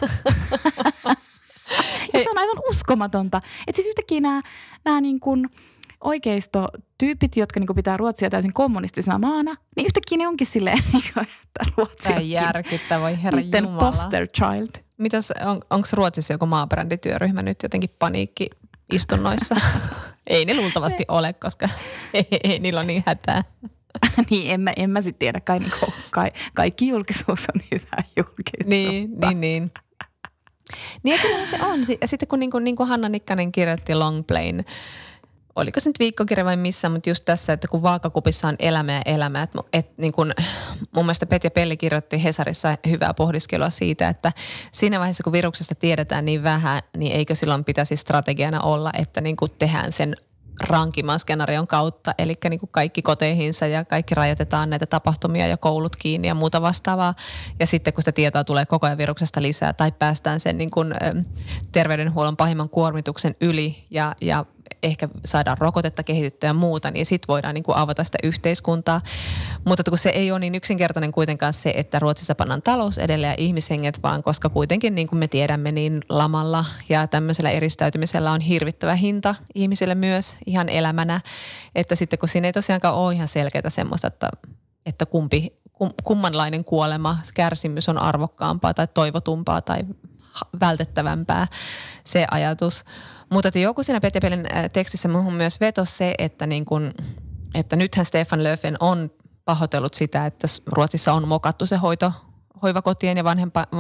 Ja se on aivan uskomatonta. Että siis yhtäkkiä nämä niin kuin oikeistotyypit, jotka niin kuin pitää Ruotsia täysin kommunistisena maana, niin yhtäkkiä ne onkin silleen, että Ruotsi onkin järkyttä, voi herra jumala. Poster child. Mitäs, onko Ruotsissa joku maabrändityöryhmä nyt jotenkin paniikki-istunnoissa? Ei ne luultavasti ole, koska ei niillä on niin hätää. Niin, en mä sitten tiedä. Kaikki julkisuus on hyvä julkisuus. Niin. Niin ja kyllä se on. Ja sitten kun niin kuin Hanna Nikkanen kirjoitti Longplayn, oliko se nyt viikkokirja vai missä, mutta just tässä, että kun vaakakupissa on elämä ja elämä. Että niin kuin, mun mielestä Petja Pelli kirjoitti Hesarissa hyvää pohdiskelua siitä, että siinä vaiheessa kun viruksesta tiedetään niin vähän, niin eikö silloin pitäisi strategiana olla, että niin kuin tehdään sen rankimman skenaarion kautta, eli niin kuin kaikki koteihinsa ja kaikki rajoitetaan näitä tapahtumia ja koulut kiinni ja muuta vastaavaa. Ja sitten kun sitä tietoa tulee koko ajan viruksesta lisää tai päästään sen niin kuin terveydenhuollon pahimman kuormituksen yli ja ehkä saadaan rokotetta kehitettyä ja muuta, niin sitten voidaan niin kuin avata sitä yhteiskuntaa. Mutta kun se ei ole niin yksinkertainen kuitenkaan se, että Ruotsissa pannaan talous edelle ja ihmishenget, vaan koska kuitenkin niin kuin me tiedämme, niin lamalla ja tämmöisellä eristäytymisellä on hirvittävä hinta ihmisille myös ihan elämänä. Että sitten kun siinä ei tosiaankaan ole ihan selkeää semmoista, että kummanlainen kuolema, kärsimys on arvokkaampaa tai toivotumpaa tai vältettävämpää se ajatus. Mutta että joku siinä Petja Pellin tekstissä muuhun myös vetosi se, että, niin kun, että nythän Stefan Löfven on pahoitellut sitä, että Ruotsissa on mokattu se hoivakotien ja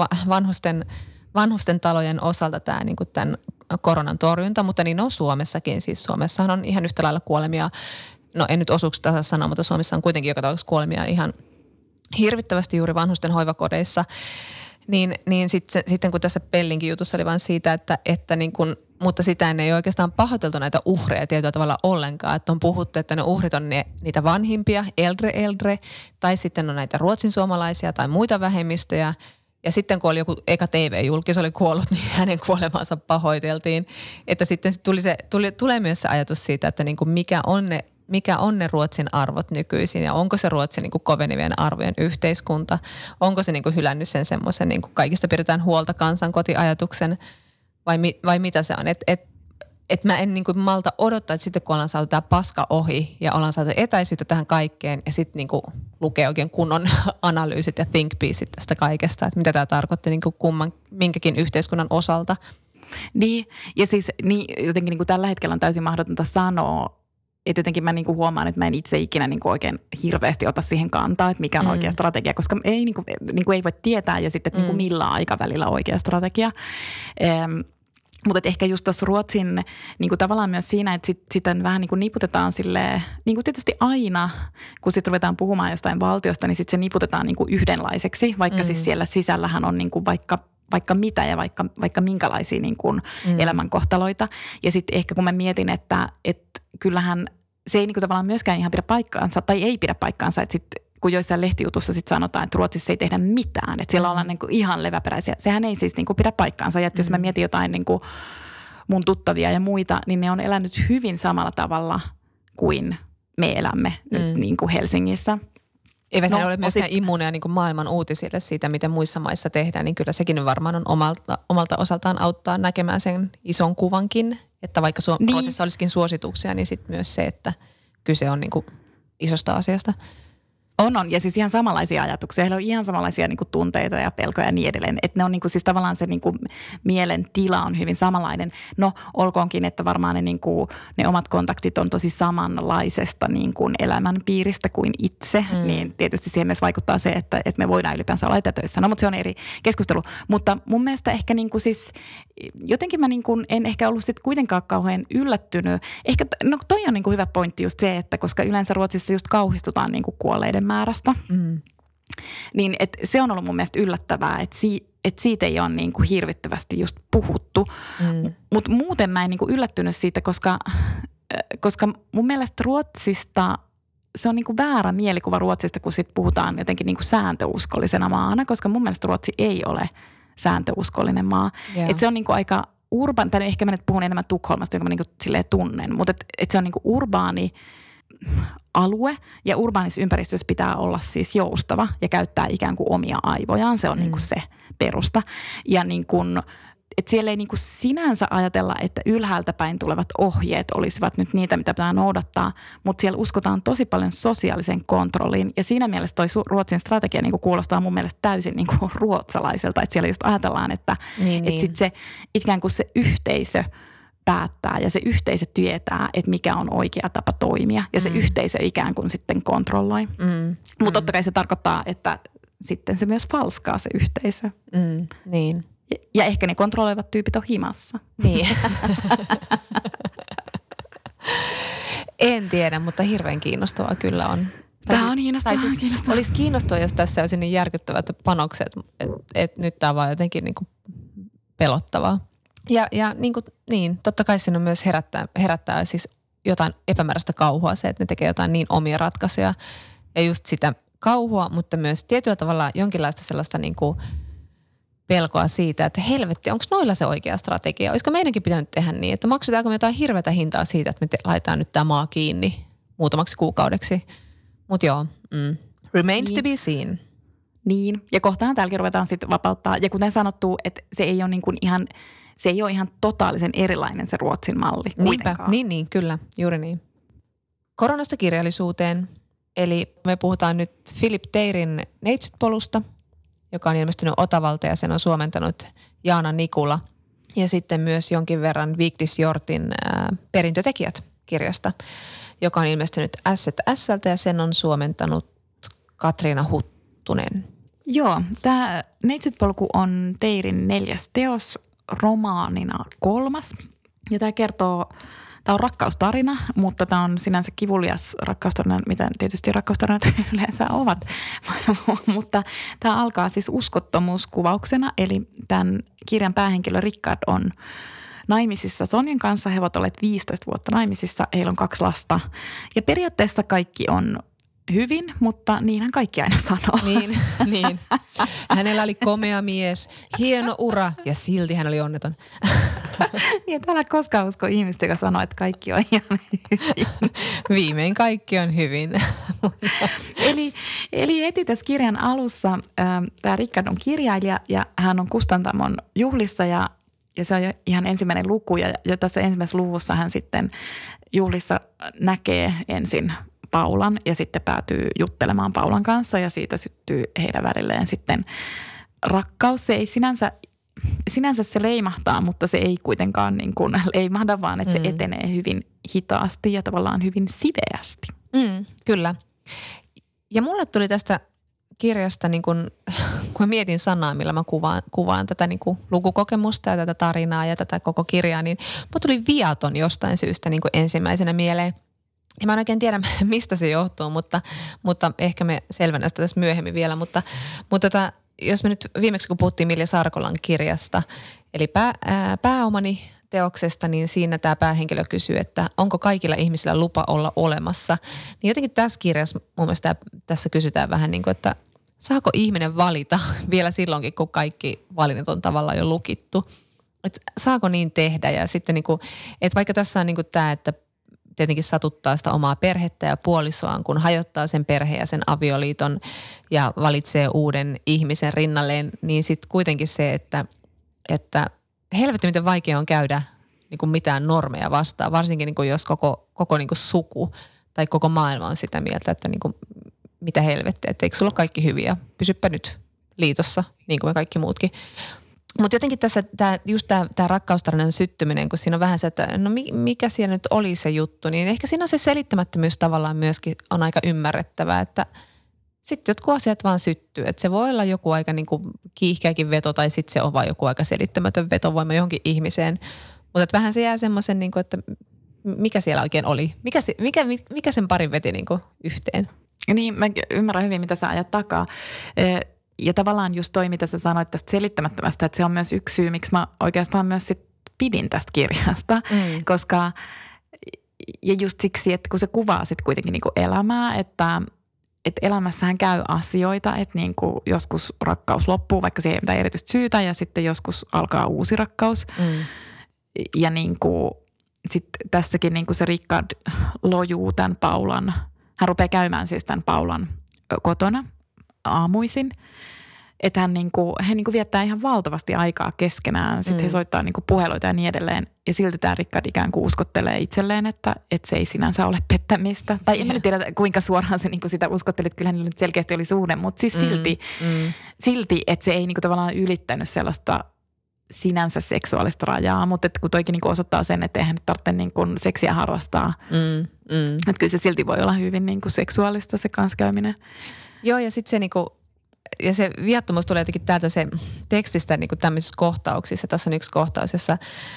vanhusten talojen osalta tämä niin kuin tämän koronan torjunta, mutta niin on Suomessakin. Siis Suomessahan on ihan yhtä lailla kuolemia, no en nyt osuuksista sanoa, mutta Suomessa on kuitenkin joka tapauksessa kuolemia ihan hirvittävästi juuri vanhusten hoivakodeissa. Niin sitten kun tässä Pellinkin jutussa oli vain siitä, että niin kuin, mutta sitä ei oikeastaan pahoiteltu näitä uhreja tietyllä tavalla ollenkaan. Että on puhuttu, että ne uhrit on niitä vanhimpia, eldre, tai sitten on näitä ruotsinsuomalaisia tai muita vähemmistöjä. Ja sitten kun oli joku eka TV-julkis oli kuollut, niin hänen kuolemansa pahoiteltiin. Että sitten tulee myös se ajatus siitä, että niin kuin mikä on ne Ruotsin arvot nykyisin ja onko se Ruotsin niin kuin kovenevien arvojen yhteiskunta. Onko se niin kuin hylännyt sen semmoisen, niin kuin kaikista pidetään huolta kansankotiajatuksen vai mitä se on. Että mä en niin kuin malta odottaa, että sitten kun ollaan saatu tämä paska ohi ja ollaan saatu etäisyyttä tähän kaikkeen ja sitten niin kuin lukee oikein kunnon analyysit ja think pieceit tästä kaikesta, että mitä tämä tarkoitti niin kuin minkäkin yhteiskunnan osalta. Niin, ja siis jotenkin niin kuin tällä hetkellä on täysin mahdotonta sanoa, että jotenkin mä niinku huomaan, että mä en itse ikinä niinku oikein hirveästi ota siihen kantaa, että mikä on oikea strategia, koska ei, niinku ei voi tietää ja sitten niinku millä aikavälillä oikea strategia. Mutta ehkä just tuossa Ruotsin niinku tavallaan myös siinä, että sitten vähän niinku niputetaan silleen, niinku tietysti aina, kun sitten ruvetaan puhumaan jostain valtiosta, niin sitten se niputetaan niinku yhdenlaiseksi, vaikka siis siellä sisällähän on niinku vaikka mitä ja vaikka minkälaisia niin kuin elämänkohtaloita. Ja sitten ehkä kun mä mietin, että kyllähän se ei niin kuin tavallaan myöskään ihan pidä paikkaansa, tai ei pidä paikkaansa, että sitten kun joissain lehtijutussa sitten sanotaan, että Ruotsissa ei tehdä mitään, että siellä ollaan niin kuin ihan leväperäisiä. Sehän ei siis niin kuin pidä paikkaansa. Ja että jos mä mietin jotain niin kuin mun tuttavia ja muita, niin ne on elänyt hyvin samalla tavalla kuin me elämme nyt niin kuin Helsingissä. Eivät he ole myöskään immuuneja niin kuin maailman uutisille siitä, miten muissa maissa tehdään, niin kyllä sekin varmaan on omalta osaltaan auttaa näkemään sen ison kuvankin, että vaikka Ruotsissa olisikin suosituksia, niin sitten myös se, että kyse on niin kuin isosta asiasta. On. Ja siis ihan samanlaisia ajatuksia. Heillä on ihan samanlaisia niin kuin tunteita ja pelkoja ja niin edelleen. Että ne on niin kuin, siis tavallaan se niin kuin mielen tila on hyvin samanlainen. No olkoonkin, että varmaan ne omat kontaktit on tosi samanlaisesta niin kuin elämänpiiristä kuin itse. Niin tietysti siihen myös vaikuttaa se, että me voidaan ylipäänsä olla etätöissä. No mutta se on eri keskustelu. Mutta mun mielestä ehkä niin kuin siis jotenkin mä niin kuin en ehkä ollut sitten kuitenkaan kauhean yllättynyt. Ehkä toi on niin kuin hyvä pointti just se, että koska yleensä Ruotsissa just kauhistutaan niin kuin kuolleiden määrästä. Niin että se on ollut mun mielestä yllättävää, että siitä ei ole niin kuin hirvittävästi just puhuttu. Mutta muuten mä en niin kuin yllättynyt siitä, koska mun mielestä Ruotsista, se on niin kuin väärä mielikuva Ruotsista, kun sit puhutaan jotenkin niin kuin sääntöuskollisena maana, koska mun mielestä Ruotsi ei ole sääntöuskollinen maa. Yeah. Että se on niin kuin aika tai ehkä mä nyt puhun enemmän Tukholmasta, jonka mä niin kuin silleen tunnen, mutta et se on niin kuin urbaani alue ja urbaanissa ympäristössä pitää olla siis joustava ja käyttää ikään kuin omia aivojaan. Se on niin kuin se perusta. Ja niin kuin, että siellä ei niin kuin sinänsä ajatella, että ylhäältä päin tulevat ohjeet olisivat nyt niitä, mitä pitää noudattaa, mutta siellä uskotaan tosi paljon sosiaalisen kontrolliin. Ja siinä mielessä toi Ruotsin strategia niin kuin kuulostaa mun mielestä täysin niin kuin ruotsalaiselta. Että siellä just ajatellaan, että sit se ikään kuin se yhteisö päättää ja se yhteisö tietää, että mikä on oikea tapa toimia ja se yhteisö ikään kuin sitten kontrolloi. Mutta totta kai se tarkoittaa, että sitten se myös falskaa se yhteisö. Niin. Ja ehkä ne kontrolloivat tyypit on himassa. Niin. En tiedä, mutta hirveän kiinnostavaa kyllä on. Tämä on kiinnostavaa. Olisi kiinnostavaa, jos tässä olisi niin järkyttävät panokset, että nyt tämä on vaan jotenkin niin kuin pelottavaa. Ja niin, totta kai siinä on myös herättää siis jotain epämääräistä kauhua se, että ne tekee jotain niin omia ratkaisuja ja just sitä kauhua, mutta myös tietyllä tavalla jonkinlaista sellaista niin kuin pelkoa siitä, että helvetti, onko noilla se oikea strategia? Olisiko meidänkin pitänyt tehdä niin, että maksetaanko me jotain hirveätä hintaa siitä, että me laitetaan nyt tämä maa kiinni muutamaksi kuukaudeksi? Mutta joo, remains to be seen. Niin, ja kohtaan täälläkin ruvetaan sitten vapauttaa. Ja kuten sanottu, että se ei ole niin kuin ihan, se ei ole ihan totaalisen erilainen se Ruotsin malli kuitenkaan. Niin, kyllä, juuri niin. Koronasta kirjallisuuteen, eli me puhutaan nyt Philip Teirin Neitsyt-polusta, joka on ilmestynyt Otavalta ja sen on suomentanut Jaana Nikula. Ja sitten myös jonkin verran Vigdis Hjortin Perintötekijät -kirjasta, joka on ilmestynyt Sältä ja sen on suomentanut Katriina Huttunen. Joo, tämä Neitsytpolku on Teirin 4. teos, romaanina 3. Ja tämä on rakkaustarina, mutta tämä on sinänsä kivulias rakkaustarina, mitä tietysti rakkaustarinat yleensä ovat. Mutta tämä alkaa siis uskottomuuskuvauksena, eli tämän kirjan päähenkilö Rickard on naimisissa Sonjan kanssa. He ovat olleet 15 vuotta naimisissa, heillä on 2 lasta. Ja periaatteessa kaikki on hyvin, mutta niinhän kaikki aina sanoo. Niin. Hänellä oli komea mies, hieno ura ja silti hän oli onneton. Niin, että älä koskaan usko ihmistä, joka sanoo, että kaikki on ihan hyvin. Viimein kaikki on hyvin. Eli heti tässä kirjan alussa tämä Rickard on kirjailija ja hän on Kustantamon juhlissa ja se on jo ihan ensimmäinen luku ja jo tässä ensimmäisessä luvussa hän sitten juhlissa näkee ensin Paulan ja sitten päätyy juttelemaan Paulan kanssa ja siitä syttyy heidän välilleen sitten rakkaus. Se ei sinänsä se leimahtaa, mutta se ei kuitenkaan niin kuin leimahda, vaan että se etenee hyvin hitaasti ja tavallaan hyvin siveästi. Kyllä. Ja mulle tuli tästä kirjasta, niin kun mä mietin sanaa, millä mä kuvaan tätä niin kuin lukukokemusta ja tätä tarinaa ja tätä koko kirjaa, niin mulle tuli viaton jostain syystä niin kuin ensimmäisenä mieleen. Ja mä en oikein tiedä, mistä se johtuu, mutta ehkä me selvennämme sitä tässä myöhemmin vielä. Mutta jos me nyt viimeksi kun puhuttiin Milja Sarkolan kirjasta, eli pääomani teoksesta, niin siinä tämä päähenkilö kysyy, että onko kaikilla ihmisillä lupa olla olemassa. Niin jotenkin tässä kirjassa mun mielestä tässä kysytään vähän niin kuin, että saako ihminen valita vielä silloinkin, kun kaikki valinnat on tavallaan jo lukittu. Että saako niin tehdä ja sitten niin kuin, että vaikka tässä on niin kuin tämä, että tietenkin satuttaa sitä omaa perhettä ja puolisoaan, kun hajottaa sen perheen ja sen avioliiton ja valitsee uuden ihmisen rinnalleen, niin sitten kuitenkin se, että helvetti miten vaikea on käydä niin kuin mitään normeja vastaan, varsinkin niin kuin jos koko niin kuin suku tai koko maailma on sitä mieltä, että niin kuin, mitä helvettiä, että eikö sulla ole kaikki hyviä, pysyppä nyt liitossa, niin kuin me kaikki muutkin. Mutta jotenkin tässä tämä rakkaustarinan syttyminen, kun siinä on vähän se, että no mikä siellä nyt oli se juttu, niin ehkä siinä on se selittämättömyys tavallaan myöskin on aika ymmärrettävää, että sitten jotkut asiat vaan syttyy. Että se voi olla joku aika niin kuin kiihkeäkin veto tai sitten se on vaan joku aika selittämätön vetovoima johonkin ihmiseen. Mutta vähän se jää semmoisen, niin kuin, että mikä siellä oikein oli, mikä sen parin veti niin kuin yhteen. Niin, mä ymmärrän hyvin, mitä sä ajat takaa. Ja tavallaan just toi, mitä sä sanoit tästä selittämättömästä, että se on myös yksi syy, miksi mä oikeastaan myös sit pidin tästä kirjasta, koska ja just siksi, että kun se kuvaa sitten kuitenkin niinku elämää, että elämässähän käy asioita, että niinku joskus rakkaus loppuu, vaikka siihen ei mitään erityistä syytä ja sitten joskus alkaa uusi rakkaus. Ja niinku sitten tässäkin niinku se Rickard lojuu tämän Paulan, hän rupeaa käymään siis tämän Paulan kotona aamuisin, että he niinku viettää ihan valtavasti aikaa keskenään. Sitten he soittaa niinku puheluita ja niin edelleen. Ja silti tämä Rickard ikään kuin uskottelee itselleen, että se ei sinänsä ole pettämistä. Tai en mä nyt tiedä, kuinka suoraan se niinku sitä uskotteli, että kyllähän niillä nyt selkeästi oli suhde, mutta siis silti, että se ei niinku tavallaan ylittänyt sellaista sinänsä seksuaalista rajaa. Mutta kun toikin niinku osoittaa sen, että eihän nyt tarvitse niinku seksiä harrastaa. Että kyllä se silti voi olla hyvin niinku seksuaalista se kanssakäyminen. Joo, ja sitten se niinku, ja se viattomuus tulee jotenkin täältä se tekstistä niinku tämmöisissä kohtauksissa. Tässä on yksi kohtaus, jossa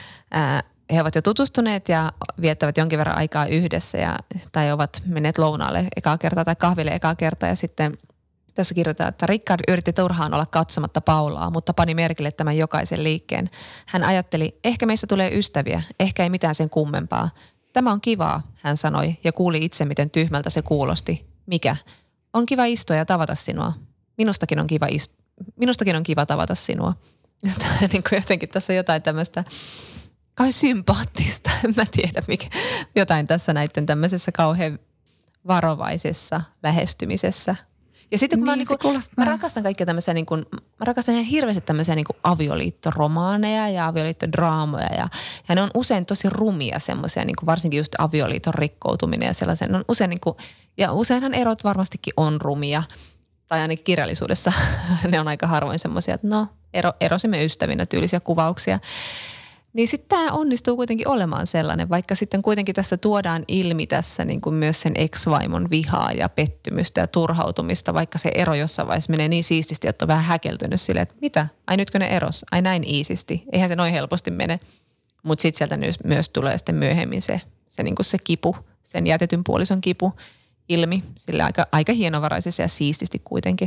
he ovat jo tutustuneet ja viettävät jonkin verran aikaa yhdessä tai ovat menneet lounaalle ekaa kertaa tai kahville ekaa kertaa. Ja sitten tässä kirjoitetaan, että Rickard yritti turhaan olla katsomatta Paulaa, mutta pani merkille tämän jokaisen liikkeen. Hän ajatteli, ehkä meistä tulee ystäviä, ehkä ei mitään sen kummempaa. Tämä on kivaa, hän sanoi ja kuuli itse, miten tyhmältä se kuulosti. Mikä? On kiva istua ja tavata sinua. Minustakin on kiva tavata sinua. Niin kuin jotenkin tässä on jotain tämmöistä kauhean sympaattista. En mä tiedä mikä. Jotain tässä näiden tämmöisessä kauhean varovaisessa lähestymisessä. Ja sitten kun mä rakastan kaikkia tämmöisiä, niin kuin, mä rakastan ihan hirveästi tämmöisiä niin kuin avioliittoromaaneja ja avioliittodraamoja. Ja ne on usein tosi rumia semmoisia, niin kuin varsinkin just avioliiton rikkoutuminen ja sellaisen. Ne on usein niin kuin, ja useinhan erot varmastikin on rumia. Tai ainakin kirjallisuudessa ne on aika harvoin semmoisia, että no erosimme ystävinä tyylisiä kuvauksia. Niin sitten tämä onnistuu kuitenkin olemaan sellainen, vaikka sitten kuitenkin tässä tuodaan ilmi tässä niin kuin myös sen ex-vaimon vihaa ja pettymystä ja turhautumista, vaikka se ero jossain vaiheessa menee niin siististi, että on vähän häkeltynyt silleen, että mitä? Ai nytkö ne eros? Ai näin iisisti? Eihän se noin helposti mene. Mutta sitten sieltä myös tulee sitten myöhemmin se niin kuin se kipu, sen jätetyn puolison kipu ilmi. Sillä aika hienovaraisesti ja siististi kuitenkin.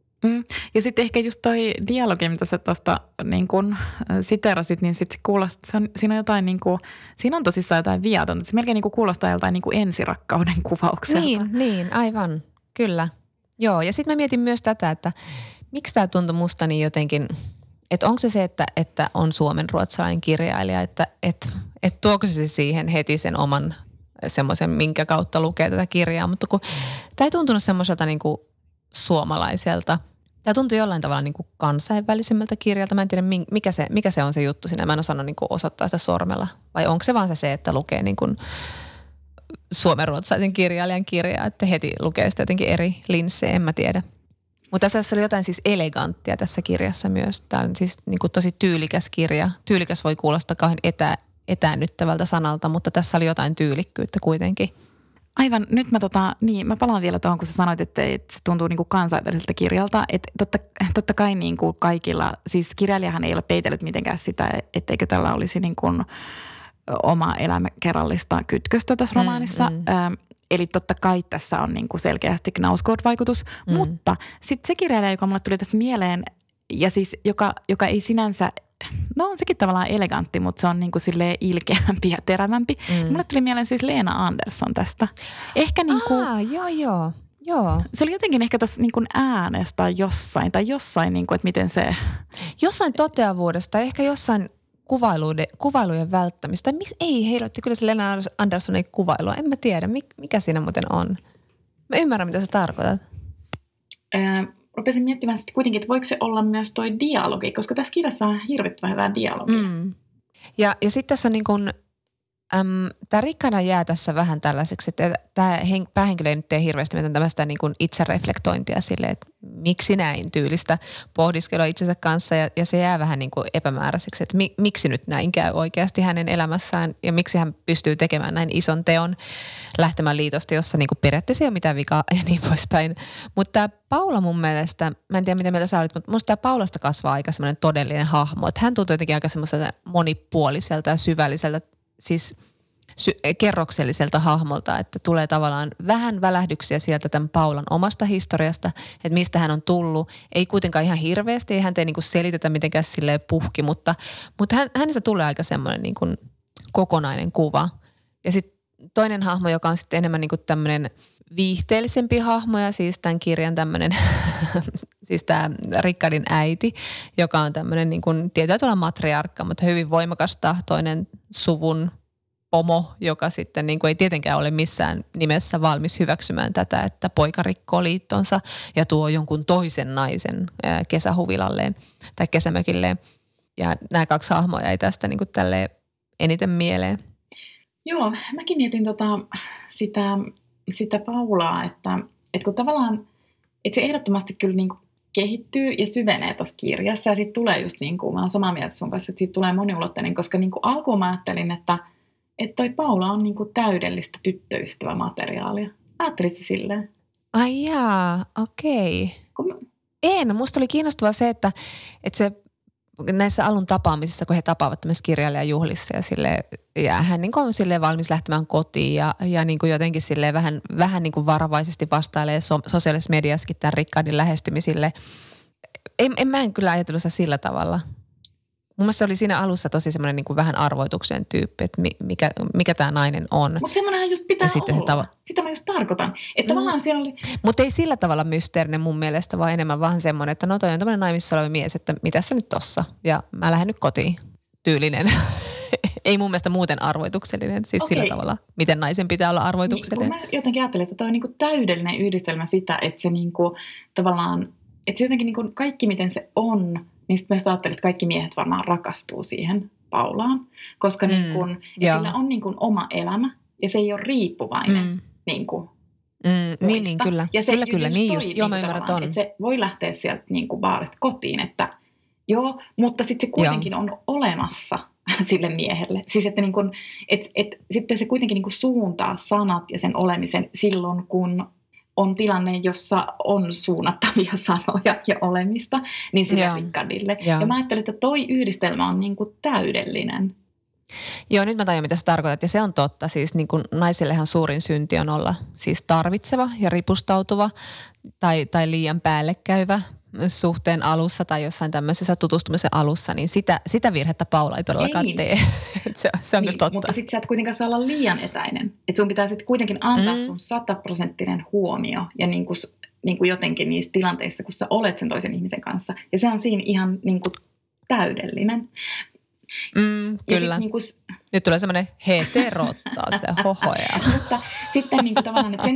Ja sitten ehkä just toi dialogi, mitä sä tuosta niin kun siterasit, niin sitten siinä on jotain niin kuin, siinä on tosissaan jotain viatonta. Se melkein niin kuin kuulostaa joltain niin kuin ensirakkauden kuvaukselta. Niin, aivan. Kyllä. Joo, ja sitten mä mietin myös tätä, että miksi tämä tuntui musta niin jotenkin, että onko se, että on suomenruotsalainen kirjailija, että tuoko se siihen heti sen oman semmoisen, minkä kautta lukee tätä kirjaa, mutta kun tämä ei tuntunut semmoiselta niin kuin suomalaiselta. Tämä tuntui jollain tavalla niin kuin kansainvälisemmältä kirjalta. Mä en tiedä, mikä se on se juttu siinä. Mä en osannut niin kuin osoittaa sitä sormella. Vai onko se vaan se, että lukee niin kuin suomenruotsalaisen kirjailijan kirjaa, että heti lukee sitä jotenkin eri linssejä, en mä tiedä. Mutta tässä oli jotain siis eleganttia tässä kirjassa myös. Tämä on siis niin kuin tosi tyylikäs kirja. Tyylikäs voi kuulostaa kauhean etäännyttävältä sanalta, mutta tässä oli jotain tyylikkyyttä kuitenkin. Aivan. Nyt mä palaan vielä tuohon, kun sä sanoit, että se tuntuu niin kuin kansainväliseltä kirjalta. Että totta kai niin kuin kaikilla, siis kirjailijahan ei ole peitellyt mitenkään sitä, etteikö tällä olisi niin kuin oma elämäkerrallista kytköstä tässä romaanissa. Eli totta kai tässä on niin kuin selkeästi Knausgård-vaikutus, mutta sitten se kirjailija, joka mulle tuli tässä mieleen, ja siis joka ei sinänsä, no on sekin tavallaan elegantti, mutta se on niin kuin silleen ilkeämpi ja terävämpi. Mulle tuli mieleen siis Lena Andersson tästä. Ehkä niin kuin, joo. Se oli jotenkin ehkä tuossa niin kuin äänestä tai jossain niin kuin, että miten se. Jossain toteavuudesta, ehkä jossain kuvailujen välttämistä. Ei heilotti, kyllä se Lena Andersson ei kuvailua. En mä tiedä, mikä siinä muuten on. Mä ymmärrän, mitä sä tarkoitat. Rupesin miettimään sitten kuitenkin, että voiko se olla myös toi dialogi, koska tässä kirjassa on hirvittävän hyvää dialogia. Ja sitten tässä on niin kuin, tämä Rickard jää tässä vähän tällaiseksi, että tämä päähenkilö ei nyt tee hirveästi mitään tämmöistä niin kuin itsereflektointia silleen, että miksi näin tyylistä pohdiskelua itsensä kanssa ja se jää vähän niin kuin epämääräiseksi, että miksi nyt näin käy oikeasti hänen elämässään ja miksi hän pystyy tekemään näin ison teon lähtemään liitosta, jossa niin kuin periaatteessa ei ole mitään vikaa ja niin poispäin. Mutta tämä Paula mun mielestä, mä en tiedä mitä mieltä sä olit, mutta musta tämä Paulasta kasvaa aika semmoinen todellinen hahmo, että hän tuntuu jotenkin aika semmoiselta monipuoliselta ja syvälliseltä, siis kerrokselliselta hahmolta, että tulee tavallaan vähän välähdyksiä sieltä tämän Paulan omasta historiasta, että mistä hän on tullut. Ei kuitenkaan ihan hirveästi, ei häntä ei niin kuin selitetä mitenkään silleen puhki, mutta hänestä tulee aika semmoinen niin kuin kokonainen kuva. Ja sitten toinen hahmo, joka on sitten enemmän niin kuin tämmöinen viihteellisempi hahmo ja siis tämän kirjan tämmöinen, siis tämä Rickardin äiti, joka on tämmöinen niin kuin tietyllä tavalla matriarkka, mutta hyvin voimakas tahtoinen suvun pomo, joka sitten niin kuin ei tietenkään ole missään nimessä valmis hyväksymään tätä, että poika rikkoo liittonsa ja tuo jonkun toisen naisen kesähuvilalleen tai kesämökilleen. Ja nämä kaksi hahmoa jäi tästä niin kuin tälleen eniten mieleen. Joo, mäkin mietin sitä Paulaa, että kun tavallaan, että se ehdottomasti kyllä niin kuin kehittyy ja syvenee tuossa kirjassa ja sitten tulee just niin kuin, mä oon samaa mieltä sun kanssa, että siitä tulee moniulotteinen, koska niin kuin alkuun mä ajattelin, että toi Paula on niin kuin täydellistä tyttöystävämateriaalia. Ajattelit se silleen? Ai jaa, okei. Musta oli kiinnostavaa se, että se näissä alun tapaamisissa, kun he tapaavat tämmöisessä kirjailijajuhlissa ja hän niin kuin on silleen valmis lähtemään kotiin ja niin kuin jotenkin silleen vähän niin kuin varovaisesti vastailee sosiaalisessa mediassakin tämän Rickardin lähestymisille. Mä en kyllä ajatellut sitä sillä tavalla. Mun mielestä se oli siinä alussa tosi semmoinen niin kuin vähän arvoituksen tyyppi, että mikä tämä nainen on. Mutta semmoinenhan just pitää olla. Sitä mä just tarkoitan. Että tavallaan siellä oli. Mutta ei sillä tavalla mysteerinen mun mielestä, vaan enemmän vaan semmoinen, että no toi on tämmöinen naimissa oleva mies, että mitä sä nyt tossa? Ja mä lähden nyt kotiin. Tyylinen. Ei mun mielestä muuten arvoituksellinen, siis sillä tavalla, miten naisen pitää olla arvoituksellinen. Niin, mä jotenkin ajattelin, että toi on niinku täydellinen yhdistelmä sitä, että se niinku tavallaan, että se jotenkin niinku kaikki miten se on, niin sitten myös ajattelin, että kaikki miehet varmaan rakastuu siihen Paulaan, koska sillä on niin kuin oma elämä ja se ei ole riippuvainen niin kuin niin, kyllä. Ja se kyllä, niin just. Joo, mä ymmärrän ton. Että se voi lähteä sieltä niin kuin baarista kotiin, että joo, mutta sitten se kuitenkin on olemassa sille miehelle. Siis että niin kuin, sitten se kuitenkin niin kuin suuntaa sanat ja sen olemisen silloin, kun on tilanne, jossa on suunnattavia sanoja ja olemista, niin sille Rickardille. Ja mä ajattelin, että toi yhdistelmä on niin kuin täydellinen. Joo, nyt mä tajun, mitä sä tarkoitat. Ja se on totta. Siis niin kuin naisillehan suurin synti on olla siis tarvitseva ja ripustautuva tai liian päällekkäyvä suhteen alussa tai jossain tämmöisessä tutustumisen alussa, niin sitä virhettä Paula ei todellakaan tee. se on kyllä totta. Mutta sitten sä et kuitenkaan saa olla liian etäinen. Että sun pitää sitten kuitenkin antaa sun 100% huomio ja niin kuin jotenkin niissä tilanteissa, kun sä olet sen toisen ihmisen kanssa. Ja se on siinä ihan niin kuin täydellinen. Kyllä. Niin kuin, nyt tulee semmoinen hetero taas ja hohoja. Mutta sitten niin kuin tavallaan, että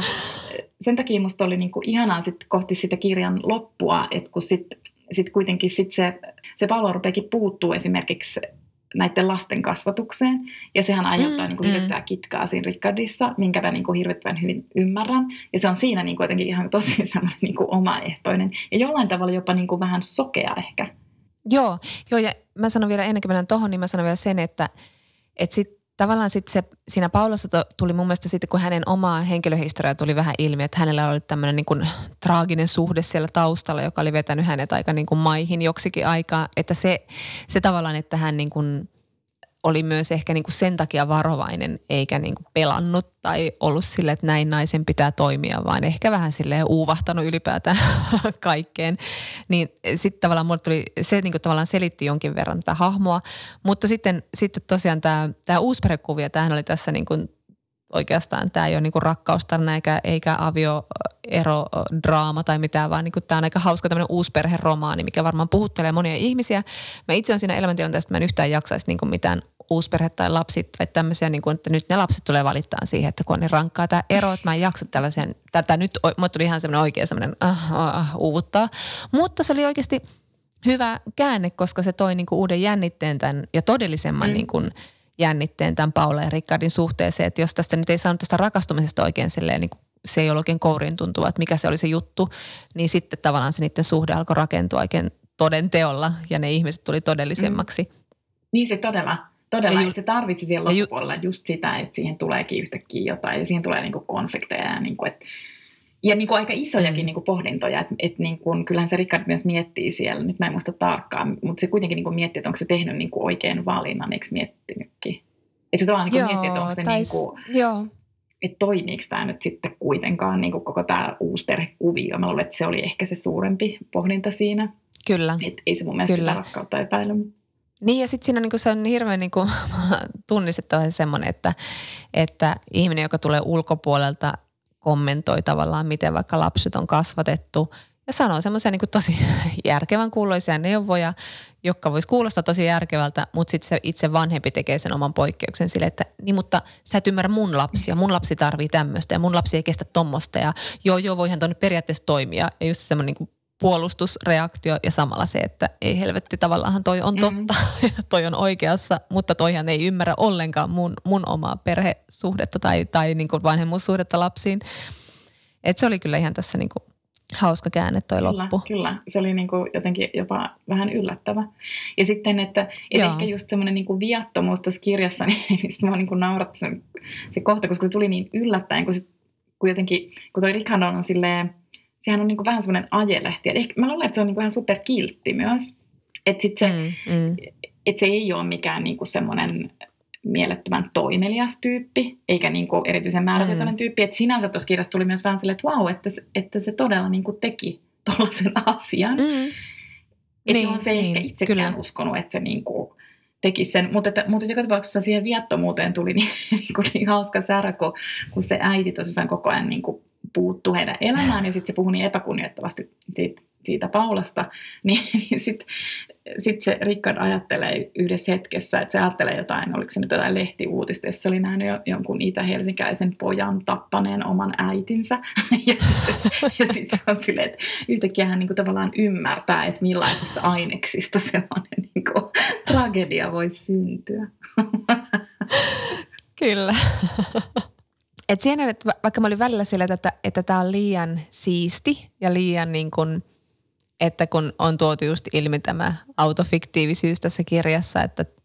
sen takia musta oli niin kuin ihanaa sit kohti sitä kirjan loppua, että kun sit kuitenkin se Paula rupeakin puuttuu esimerkiksi näiden lasten kasvatukseen. Ja sehän aiheuttaa niin kuin hirvettävää kitkaa siinä Rickardissa, minkä mä niin kuin hirvettävän hyvin ymmärrän. Ja se on siinä niin kuin jotenkin ihan tosi semmoinen niin kuin omaehtoinen. Ja jollain tavalla jopa niin kuin vähän sokea ehkä. Joo, ja mä sanon vielä ennen kuin mennään tohon, niin mä sanon vielä sen, että tavallaan sitten siinä Paulassa tuli mun mielestä sitten, kun hänen omaa henkilöhistoria tuli vähän ilmi, että hänellä oli tämmöinen niin kuin traaginen suhde siellä taustalla, joka oli vetänyt hänet aika niin kuin maihin joksikin aikaa, että se tavallaan, että hän niin kuin oli myös ehkä niin kuin sen takia varovainen eikä niin kuin pelannut tai ollut silleen, että näin naisen pitää toimia, vaan ehkä vähän silleen uuvahtanut ylipäätään kaikkeen. Niin sitten tavallaan mulle tuli, se niin kuin tavallaan selitti jonkin verran tätä hahmoa, mutta sitten tosiaan tämä uusperhekuvia, tämähän oli tässä niin kuin oikeastaan tämä ei ole niin kuin rakkaustarina eikä avioerodraama tai mitään, vaan niin kuin tämä on aika hauska tämmöinen uusperheromaani, mikä varmaan puhuttelee monia ihmisiä. Mä itse olen siinä elämäntilanteessa, että mä en yhtään jaksaisi niin kuin mitään uusperhe tai lapsit tai tämmöisiä, niin kuin, että nyt ne lapset tulee valittaa siihen, että kun on niin rankkaa tämä ero, että mä en jaksa tätä nyt, mulle tuli ihan semmoinen oikein semmoinen uuvuttaa. Mutta se oli oikeasti hyvä käänne, koska se toi niin kuin uuden jännitteen tämän ja todellisemman niin kuin jännitteen tämän Paula ja Rickardin suhteeseen, että jos tästä nyt ei saanut tästä rakastumisesta oikein silleen, niin kuin se ei ole oikein kouriin tuntuva, että mikä se oli se juttu, niin sitten tavallaan se niiden suhde alkoi rakentua oikein toden teolla ja ne ihmiset tuli todellisemmaksi. Niin se todella, se tarvitsi siellä loppupuolella just sitä, että siihen tuleekin yhtäkkiä jotain ja siihen tulee niinku konflikteja ja niinku, ja niin kuin aika isojakin niin kuin pohdintoja, että niin kuin, kyllähän se Rickard myös miettii siellä, nyt mä en muista tarkkaan, mutta se kuitenkin niin kuin miettii, että onko se tehnyt niin kuin oikein valinnan, eikö miettinytkin? Että se tavallaan niin kuin miettii, että onko se niin kuin, että toimiiko tämä nyt sitten kuitenkaan niin kuin koko tämä uusperhekuvio. Mä luulen, että se oli ehkä se suurempi pohdinta siinä. Kyllä. Että ei se mun mielestä sitä rakkautta epäile. Niin ja sitten siinä on, niin kuin, se on hirveän niin kuin, tunnistettava se semmoinen, että ihminen, joka tulee ulkopuolelta, kommentoi tavallaan, miten vaikka lapset on kasvatettu ja sanoo semmoisia niin kuin tosi järkevän kuuloisia neuvoja, jotka voisi kuulostaa tosi järkevältä, mutta sitten se itse vanhempi tekee sen oman poikkeuksen sille, että niin, mutta sä et ymmärrä mun lapsia, mun lapsi tarvii tämmöistä ja mun lapsi ei kestä tommosta ja joo, voihan toi nyt periaatteessa toimia ja just semmoinen niin kuin puolustusreaktio ja samalla se, että ei helvetti, tavallaan toi on totta ja toi on oikeassa, mutta toihan ei ymmärrä ollenkaan mun omaa perhesuhdetta tai niin kuin vanhemmuussuhdetta lapsiin. Et se oli kyllä ihan tässä niin kuin hauska käänne toi loppu. Kyllä, se oli niin kuin jotenkin jopa vähän yllättävä. Ja sitten, että ehkä just semmoinen niin kuin viattomuus tuossa kirjassa, niin mä niin kuin nauratti se kohta, koska se tuli niin yllättäen, kun toi Rickard on silleen, sehän on niinku vähän semmoinen ajelehti. Mä luulen, että se on niinku ihan superkiltti myös. Että et se ei ole mikään niinku semmoinen mielettömän toimelias tyyppi, eikä niinku erityisen määrätietoinen tyyppi. Että sinänsä tuossa kirjassa tuli myös vähän silleen, että vau, että se todella niinku teki tuollaisen asian. Että se ei ehkä itsekään uskonut, että se niinku teki sen. Mutta joka tapauksessa siihen viattomuuteen tuli niin hauska särä, kun se äiti tosissaan koko ajan niinku puuttuu heidän elämään ja sitten se puhui niin epäkunnioittavasti siitä Paulasta, niin sitten se Rickard ajattelee yhdessä hetkessä, että se ajattelee jotain, oliko se nyt jotain lehtiuutista, jos se oli nähnyt jonkun itä-helsinkäisen pojan tappaneen oman äitinsä. Ja sitten se on silleen, että yhtäkkiä hän niinku tavallaan ymmärtää, että millaisista aineksista sellainen niinku tragedia voi syntyä. Kyllä. Että siinä, että vaikka mä olin välillä sillä, että tämä on liian siisti ja liian niin kuin, että kun on tuotu just ilmi tämä autofiktiivisyys tässä kirjassa, että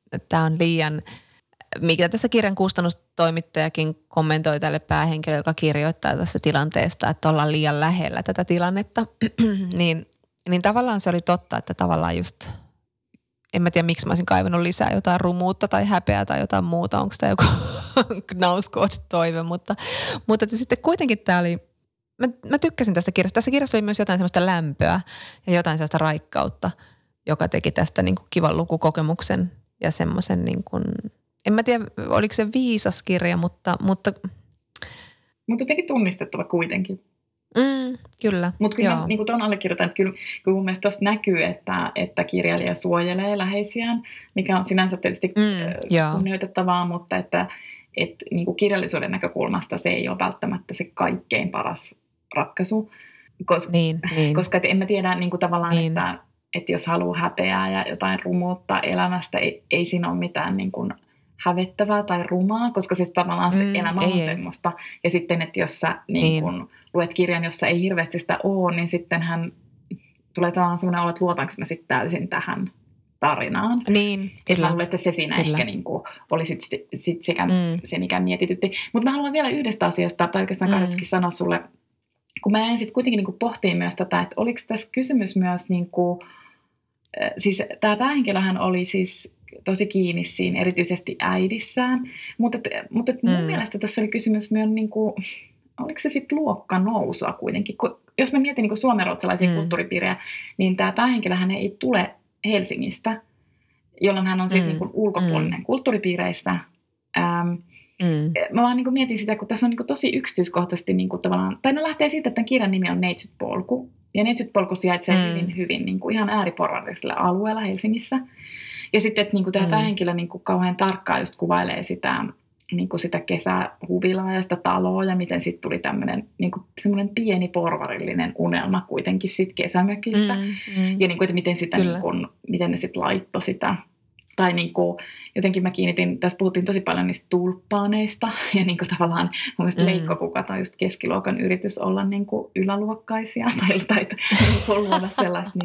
tämä on liian, mikä tässä kirjan kustannustoimittajakin kommentoi tälle päähenkilölle, joka kirjoittaa tässä tilanteesta, että ollaan liian lähellä tätä tilannetta, niin tavallaan se oli totta, että tavallaan just, en mä tiedä miksi mä olisin kaivannut lisää jotain rumuutta tai häpeää tai jotain muuta, onko tämä joku Knausgård-toive, mutta että sitten kuitenkin tämä oli, mä tykkäsin tästä kirjasta. Tässä kirjassa oli myös jotain semmoista lämpöä ja jotain sellaista raikkautta, joka teki tästä niin kuin kivan lukukokemuksen ja semmoisen niin kuin, en mä tiedä oliko se viisas kirja, mutta jotenkin tunnistettava kuitenkin. Kyllä. Mutta kyllä mä niin tuon allekirjoitan, että kyllä mun mielestä tuossa näkyy, että kirjailija suojelee läheisiään, mikä on sinänsä tietysti kunnioitettavaa, mutta että niin kuin kirjallisuuden näkökulmasta se ei ole välttämättä se kaikkein paras ratkaisu. Koska en mä tiedä niin kuin tavallaan, että jos haluaa häpeää ja jotain rumuutta elämästä, ei siinä ole mitään niin kuin hävettävää tai rumaa, koska se tavallaan se elämä on semmoista. Ja sitten, että jos sä niin kun luet kirjan, jossa ei hirveästi sitä ole, niin sitten hän tulee tavallaan semmoinen olo, että luotanko mä sitten täysin tähän tarinaan. Niin, kyllä. Mä luulen, että se siinä ehkä niin kuin oli sit sekä se, mikä mietitytti. Mutta mä haluan vielä yhdestä asiasta, tai oikeastaan kahdestakin sanoa sulle, kun mä en sitten kuitenkin niin kuin pohtiin myös tätä, että oliko tässä kysymys myös, niin kuin, siis tämä päähenkilöhän oli siis tosi kiinni siinä, erityisesti äidissään, mutta mun mielestä tässä oli kysymys myös, niin kuin, oliko se sitten luokkanousua kuitenkin, jos mä mietin niin suomenruotsalaisia kulttuuripiirejä, niin tämä päähenkilöhän ei tule Helsingistä, jolloin hän on siis niin kuin ulkopuolinen kulttuuripiireistä. Mä vaan niin kuin mietin sitä, kun tässä on niin kuin tosi yksityiskohtaisesti niin kuin tavallaan, tai no lähtee siitä, että tämän kirjan nimi on Neitsytpolku, ja Neitsytpolku sijaitsee hyvin niin kuin ihan ääriporvarisella alueella Helsingissä. Ja sitten, että niin kuin tämä päähenkilö niin kuin kauhean tarkkaan just kuvailee sitä, niin kuin sitä kesähuvilaa ja sitä taloa, ja miten sitten tuli tämmöinen niin kuin semmoinen pieni porvarillinen unelma kuitenkin siitä kesämökistä. Ja niin kuin, että miten, sitä, niin kuin, miten ne sitten laittoi sitä. Tai niin kuin, jotenkin mä kiinnitin, tässä puhuttiin tosi paljon niistä tulppaaneista, ja niin kuin tavallaan mun mielestä leikkokukat on just keskiluokan yritys olla niin kuin yläluokkaisia, tai luoda sellaista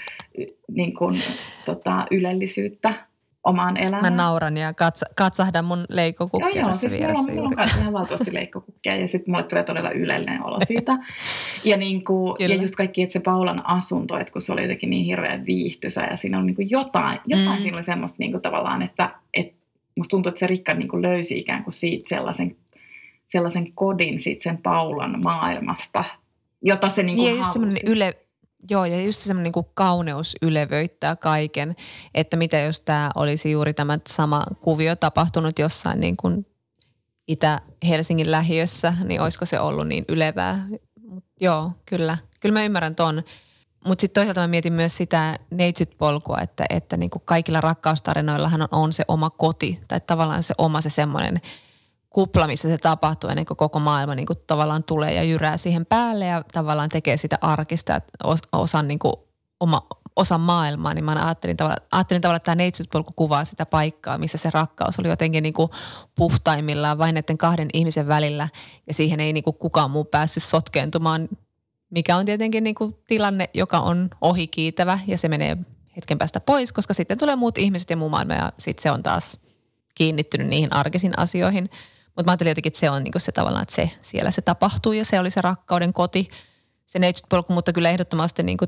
niin kuin, ylellisyyttä omaan elämään. Mä nauran ja katsahdan mun leikkokukkia tässä siis vieressä. Mulla on myös ihan valtavasti leikkokukkia, ja sitten mulle tulee todella ylellinen olo siitä. Ja, niin kuin, ja just kaikki, että se Paulan asunto, että kun se oli jotenkin niin hirveän viihtyisä, ja siinä on niin kuin jotain siinä oli semmoista niin kuin tavallaan, että musta tuntuu, että se Rickard niin kuin löysi ikään kuin siitä sellaisen kodin siitä sen Paulan maailmasta, jota se niin kuin halusi. Ja just semmoinen niin kuin kauneus ylevöittää kaiken, että mitä jos tämä olisi juuri tämä sama kuvio tapahtunut jossain niin kuin Itä-Helsingin lähiössä, niin olisiko se ollut niin ylevää. Joo, kyllä mä ymmärrän ton. Mutta sitten toisaalta mä mietin myös sitä neitsytpolkua, että niin kuin kaikilla rakkaustarinoillahan on se oma koti tai tavallaan se oma se semmoinen kupla, missä se tapahtuu ennen kuin koko maailma niin kuin tavallaan tulee ja jyrää siihen päälle ja tavallaan tekee sitä arkista osan, niin kuin osan maailmaa. Niin mä ajattelin tavallaan, että tämä neitsytpolku kuvaa sitä paikkaa, missä se rakkaus oli jotenkin niin kuin puhtaimmillaan vain näiden kahden ihmisen välillä ja siihen ei niin kuin kukaan muu päässyt sotkeentumaan, mikä on tietenkin niin kuin tilanne, joka on ohikiitävä ja se menee hetken päästä pois, koska sitten tulee muut ihmiset ja muu maailma ja sitten se on taas kiinnittynyt niihin arkisiin asioihin. Mutta mä ajattelin jotenkin, että se on niinku se tavallaan, että siellä se tapahtuu ja se oli se rakkauden koti, se neitsytpolku, mutta kyllä ehdottomasti niinku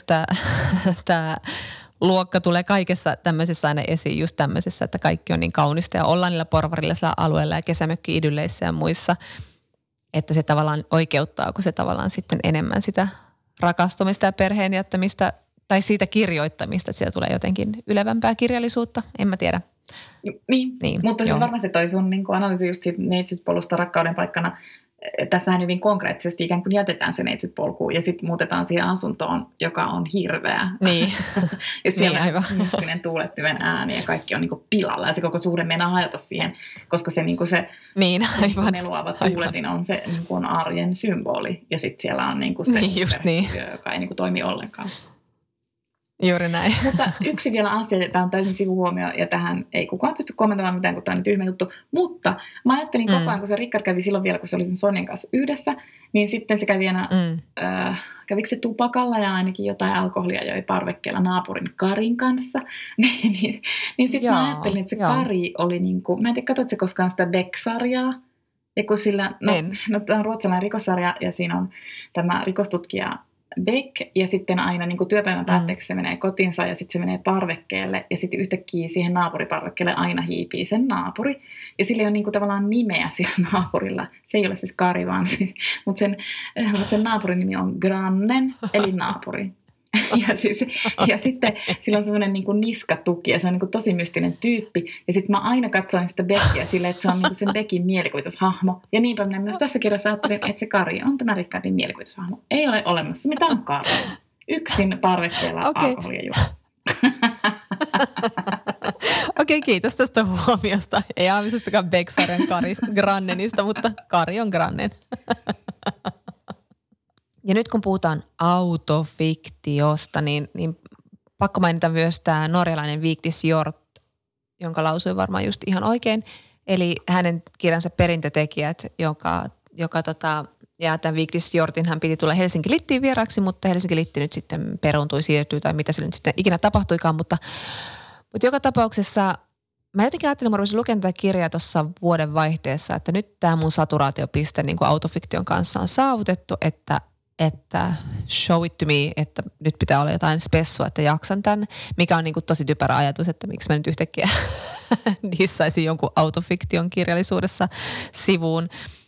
tämä luokka tulee kaikessa tämmöisessä aina esiin, just tämmöisessä, että kaikki on niin kaunista ja ollaan niillä porvarillisilla alueilla ja kesämökki-idylleissä ja muissa, että se tavallaan oikeuttaako se tavallaan sitten enemmän sitä rakastumista ja perheen jättämistä tai siitä kirjoittamista, että siitä tulee jotenkin ylevämpää kirjallisuutta, en mä tiedä. Niin. Mutta siis varmasti toi sun niin analyysi just siitä neitsytpolusta rakkauden paikkana, tässähän hyvin konkreettisesti ikään kuin jätetään se neitsytpolku ja sitten muutetaan siihen asuntoon, joka on hirveä. Niin. Ja siellä on mystinen tuulettimen ääni ja kaikki on niin kuin pilalla ja se koko suhde meinaa hajota siihen, koska se, niin kuin se meluava tuuletin on se niin kuin arjen symboli ja sitten siellä on niin kuin se, joka ei niin kuin toimi ollenkaan. Juuri näin. Mutta yksi vielä asia, tämä on täysin sivuhuomio ja tähän ei kukaan pysty kommentoimaan mitään, kun tämä on nyt tyhmä juttu. Mutta mä ajattelin koko ajan, kun se Rickard kävi silloin vielä, kun se oli sen Sonjan kanssa yhdessä, niin sitten se kävi kävikö se tupakalla ja ainakin jotain alkoholia joi parvekkeella naapurin Karin kanssa. niin sitten mä ajattelin, että se Kari oli niin kuin, mä en tiedä, katsotko koskaan sitä Beck-sarjaa? Ja kun sillä, tämä on ruotsalainen rikossarja ja siinä on tämä rikostutkija Beck ja sitten aina niin kuin työpäivän päätteeksi se menee kotiinsa ja sitten se menee parvekkeelle ja sitten yhtäkkiä siihen naapuriparvekkeelle aina hiipii sen naapuri. Ja sillä ei ole niin kuin tavallaan nimeä sillä naapurilla. Se ei ole siis Kari vaan siis, mutta sen naapurin nimi on Grannen eli naapuri. Ja sitten sillä on semmoinen niin kuin niskatuki ja se on niin kuin tosi mystinen tyyppi. Ja sitten mä aina katsoin sitä Beckia silleen, että se on niin kuin sen Beckin mielikuvitushahmo. Ja niinpä minä myös tässä kirjassa ajattelin, että se Kari on tämä Rickardin mielikuvitushahmo. Ei ole olemassa mitään Kari. Yksin parvekkeella alkoholia juo. Okei, kiitos tästä huomiosta. Ei aamisestakaan Beck-sarjan Kari Grannenista, mutta Kari on Grannen. Ja nyt kun puhutaan autofiktiosta, niin pakko mainita myös tämä norjalainen Vigdis Hjorth, jonka lausui varmaan just ihan oikein. Eli hänen kirjansa Perintötekijät, ja tämän Vigdis Hjorthin hän piti tulla Helsinki Littiin vieraaksi, mutta Helsinki Litti nyt sitten peruuntui, siirtyi tai mitä se nyt sitten ikinä tapahtuikaan. Mutta joka tapauksessa mä jotenkin ajattelin, mä rupesin lukemaan tätä kirjaa tuossa vuoden vaihteessa, että nyt tämä mun saturaatiopiste niin kuin autofiktion kanssa on saavutettu, että show it to me, että nyt pitää olla jotain spessua, että jaksan tämän, mikä on niin kuin tosi typerä ajatus, että miksi mä nyt yhtäkkiä dissaisin jonkun autofiktion kirjallisuudessa sivuun.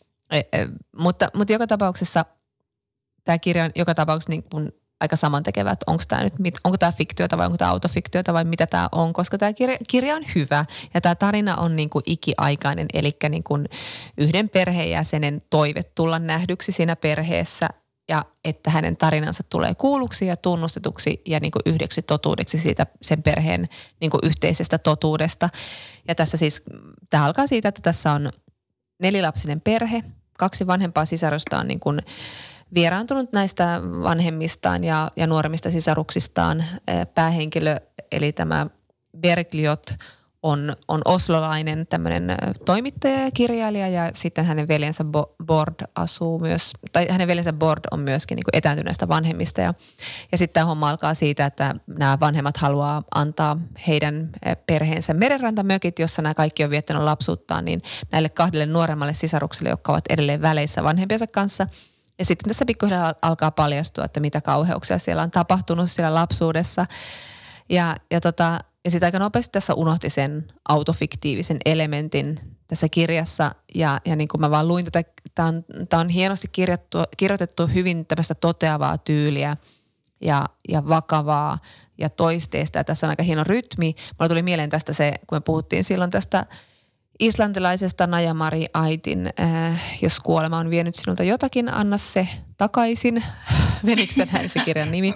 Mutta joka tapauksessa tämä kirja on joka tapauksessa niin kuin aika samantekevä, että onko tämä fiktiota vai onko tämä autofiktiota vai mitä tämä on, koska tämä kirja on hyvä ja tämä tarina on niin kuin ikiaikainen, eli niin kuin yhden perheenjäsenen toive tulla nähdyksi siinä perheessä ja että hänen tarinansa tulee kuulluksi ja tunnustetuksi ja niin kuin yhdeksi totuudeksi siitä sen perheen niin kuin yhteisestä totuudesta. Ja tässä siis, tämä alkaa siitä, että tässä on 4-lapsinen perhe, 2 vanhempaa sisarusta on niin kuin vieraantunut näistä vanhemmistaan ja nuoremmista sisaruksistaan. Päähenkilö, eli tämä Bergljot, on oslolainen tämmöinen toimittaja ja kirjailija ja sitten hänen veljensä Bård asuu myös, tai hänen veljensä Bård on myöskin niin kuin etääntyneistä vanhemmista ja sitten tämä homma alkaa siitä, että nämä vanhemmat haluaa antaa heidän perheensä merenrantamökit, jossa nämä kaikki on viettänyt lapsuuttaan, niin näille 2 nuoremmalle sisarukselle, jotka ovat edelleen väleissä vanhempiensa kanssa. Ja sitten tässä pikkuhiljaa alkaa paljastua, että mitä kauheuksia siellä on tapahtunut siellä lapsuudessa ja sitten aika nopeasti tässä unohti sen autofiktiivisen elementin tässä kirjassa ja niin kuin mä vaan luin tätä, tämä on hienosti kirjoitettu hyvin tämmöistä toteavaa tyyliä ja vakavaa ja toisteista ja tässä on aika hieno rytmi. Mulla tuli mieleen tästä se, kun me puhuttiin silloin tästä islantilaisesta Najamari Aitin, jos kuolema on vienyt sinulta jotakin, anna se takaisin. Menikö hän se kirjan nimi?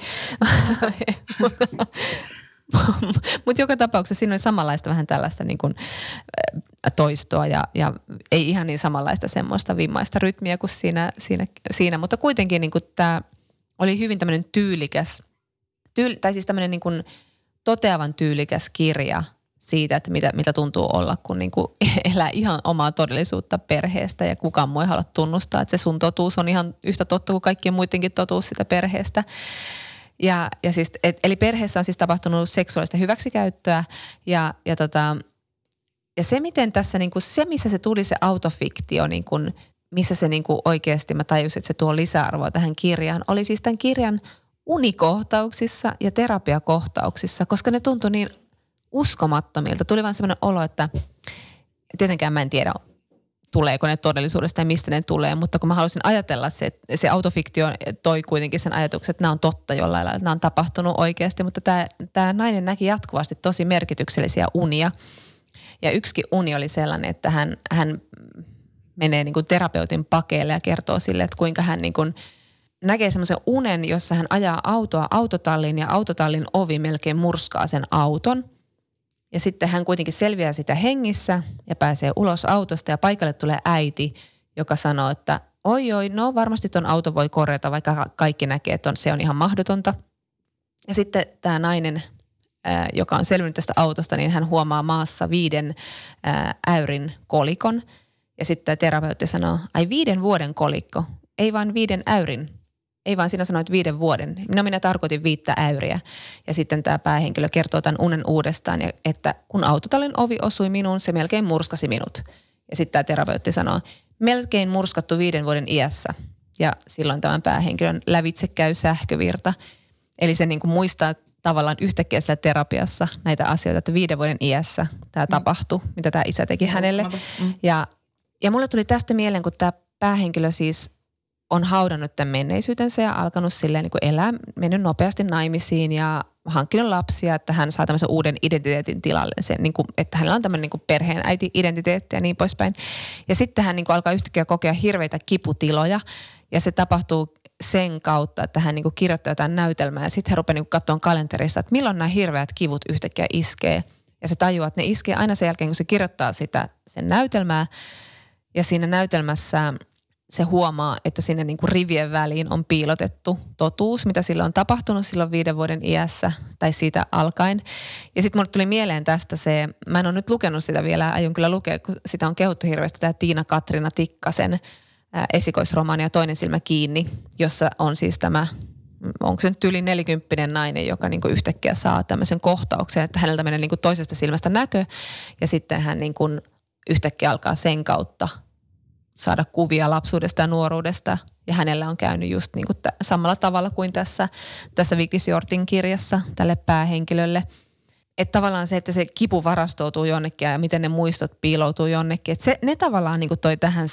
Mutta joka tapauksessa siinä oli samanlaista vähän tällaista niin kuin toistoa ja ei ihan niin samanlaista semmoista vimmaista rytmiä kuin siinä. Mutta kuitenkin niin kuin tämä oli hyvin tämmöinen tyylikäs, tai siis tämmöinen niin kuin toteavan tyylikäs kirja siitä, että mitä tuntuu olla, kun niin kuin elää ihan omaa todellisuutta perheestä ja kukaan muu ei halua tunnustaa, että se sun totuus on ihan yhtä totta kuin kaikkien muidenkin totuus sitä perheestä. Ja siis, eli perheessä on siis tapahtunut seksuaalista hyväksikäyttöä ja se miten tässä niin kuin se missä se tuli se autofiktio niin kuin, missä se niin kuin oikeasti mä tajusin, että se tuo lisäarvoa tähän kirjaan, oli siis tämän kirjan unikohtauksissa ja terapiakohtauksissa, koska ne tuntui niin uskomattomilta. Tuli vaan sellainen olo, että tietenkään mä en tiedä tuleeko ne todellisuudesta ja mistä ne tulee, mutta kun mä halusin ajatella se autofiktio toi kuitenkin sen ajatuksen, että nämä on totta jollain lailla, että nämä on tapahtunut oikeasti, mutta tämä nainen näki jatkuvasti tosi merkityksellisiä unia ja yksikin uni oli sellainen, että hän menee niin kuin terapeutin pakeille ja kertoo sille, että kuinka hän niin kuin näkee semmoisen unen, jossa hän ajaa autoa autotalliin ja autotallin ovi melkein murskaa sen auton. Ja sitten hän kuitenkin selviää sitä hengissä ja pääsee ulos autosta ja paikalle tulee äiti, joka sanoo, että oi, no varmasti ton auto voi korjata, vaikka kaikki näkee, että se on ihan mahdotonta. Ja sitten tämä nainen, joka on selvinnyt tästä autosta, niin hän huomaa maassa 5 äyrin kolikon. Ja sitten tämä terapeutti sanoo, ai 5 vuoden kolikko, ei vaan 5 äyrin ei vaan sinä sanoit 5 vuoden. Minä tarkoitin 5 äyriä. Ja sitten tämä päähenkilö kertoo tämän unen uudestaan, että kun autotallin ovi osui minuun, se melkein murskasi minut. Ja sitten tämä terapeutti sanoo, melkein murskattu 5 vuoden iässä. Ja silloin tämän päähenkilön lävitse käy sähkövirta. Eli se niin kuin muistaa tavallaan yhtäkkiä siellä terapiassa näitä asioita, että 5 vuoden iässä tämä tapahtui, mitä tämä isä teki hänelle. Ja mulle tuli tästä mieleen, kun tämä päähenkilö siis on haudannut tämän menneisyytensä ja alkanut silleen niin kuin elää, mennyt nopeasti naimisiin ja hankkinut lapsia, että hän saa tämmöisen uuden identiteetin tilalle. Sen, niin kuin, että hänellä on tämmöinen niin kuin perheen äiti-identiteetti ja niin poispäin. Ja sitten hän niin kuin alkaa yhtäkkiä kokea hirveitä kiputiloja ja se tapahtuu sen kautta, että hän niin kuin kirjoittaa jotain näytelmää ja sitten hän rupeaa niin katsomaan kalenterista, että milloin nämä hirveät kivut yhtäkkiä iskee. Ja se tajuaa, että ne iskee aina sen jälkeen, kun se kirjoittaa sen näytelmää ja siinä näytelmässä se huomaa, että sinne niin kuin rivien väliin on piilotettu totuus, mitä sillä on tapahtunut silloin 5 vuoden iässä tai siitä alkaen. Ja sitten mulle tuli mieleen tästä se, mä en ole nyt lukenut sitä vielä, aion kyllä lukea, kun sitä on kehuttu hirveästi, tämä Tiina-Katriina Tikkasen esikoisromaani ja Toinen silmä kiinni, jossa on siis tämä, onko se nyt yli 40 nainen, joka niin kuin yhtäkkiä saa tämmöisen kohtauksen, että häneltä menee niin kuin toisesta silmästä näkö ja sitten hän niin kuin yhtäkkiä alkaa sen kautta saada kuvia lapsuudesta ja nuoruudesta ja hänellä on käynyt just niin kuin samalla tavalla kuin tässä Vigdis Hjortin kirjassa tälle päähenkilölle. Että tavallaan se, että se kipu varastoutuu jonnekin ja miten ne muistot piiloutuu jonnekin. Että ne tavallaan niin kuin toi tähän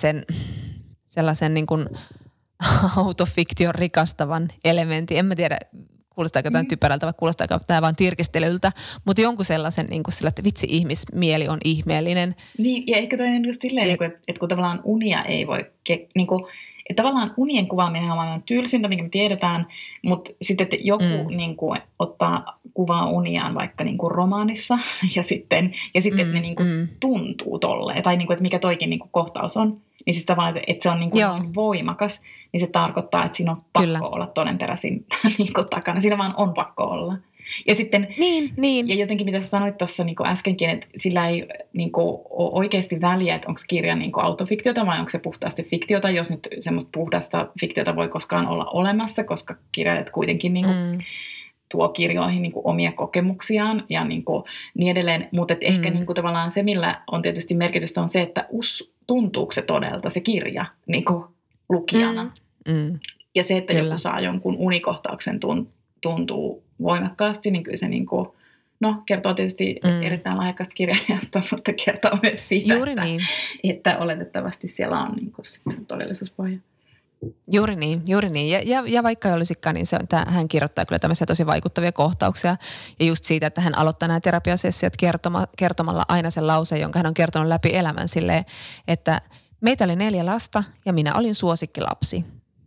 sellaisen niin kuin autofiktion rikastavan elementin. En mä tiedä, kuulostaako tämä typerältä vai kuulostaako tämä vaan tirkistelyltä, mutta jonkun sellaisen niin kuin sillä, että vitsi ihmismieli on ihmeellinen. Niin, ja ehkä toi on just silleen, että kun tavallaan unia ei voi, niin kuin, että tavallaan unien kuvaaminen on aivan tylsintä, minkä me tiedetään, mutta sitten, että joku niin kuin, ottaa kuvaa uniaan vaikka niin kuin romaanissa ja sitten että ne niin kuin, tuntuu tolleen, tai niin kuin, että mikä toikin niin kuin, kohtaus on, niin sitten tavallaan, että se on niin kuin, voimakas, niin se tarkoittaa, että siinä on pakko olla todenperäisin niin kuin, takana. Siinä vaan on pakko olla. Ja sitten, niin. Ja jotenkin mitä sä sanoit tuossa niin äskenkin, että sillä ei niin kuin, ole oikeasti väliä, että onko kirja niin kuin autofiktiota vai onko se puhtaasti fiktiota, jos nyt semmoista puhdasta fiktiota voi koskaan olla olemassa, koska kirjailijat kuitenkin niin kuin, tuo kirjoihin niin kuin, omia kokemuksiaan ja niin edelleen. Mutta ehkä niin kuin, tavallaan se, millä on tietysti merkitystä, on se, että tuntuuko se todelta se kirja niin kuin, lukijana. Ja se, että joku saa jonkun unikohtauksen tuntuu voimakkaasti, niin kyllä se niin kuin, kertoo tietysti erittäin lahjakkaasta kirjailijasta, mutta kertoo myös siitä, että oletettavasti siellä on niin kuin todellisuuspohja. Juuri niin. Ja vaikka ei olisikaan, niin hän kirjoittaa kyllä tämmöisiä tosi vaikuttavia kohtauksia. Ja just siitä, että hän aloittaa nämä terapiasessiot kertomalla aina sen lauseen, jonka hän on kertonut läpi elämän silleen, että meitä oli 4 lasta ja minä olin suosikkilapsi.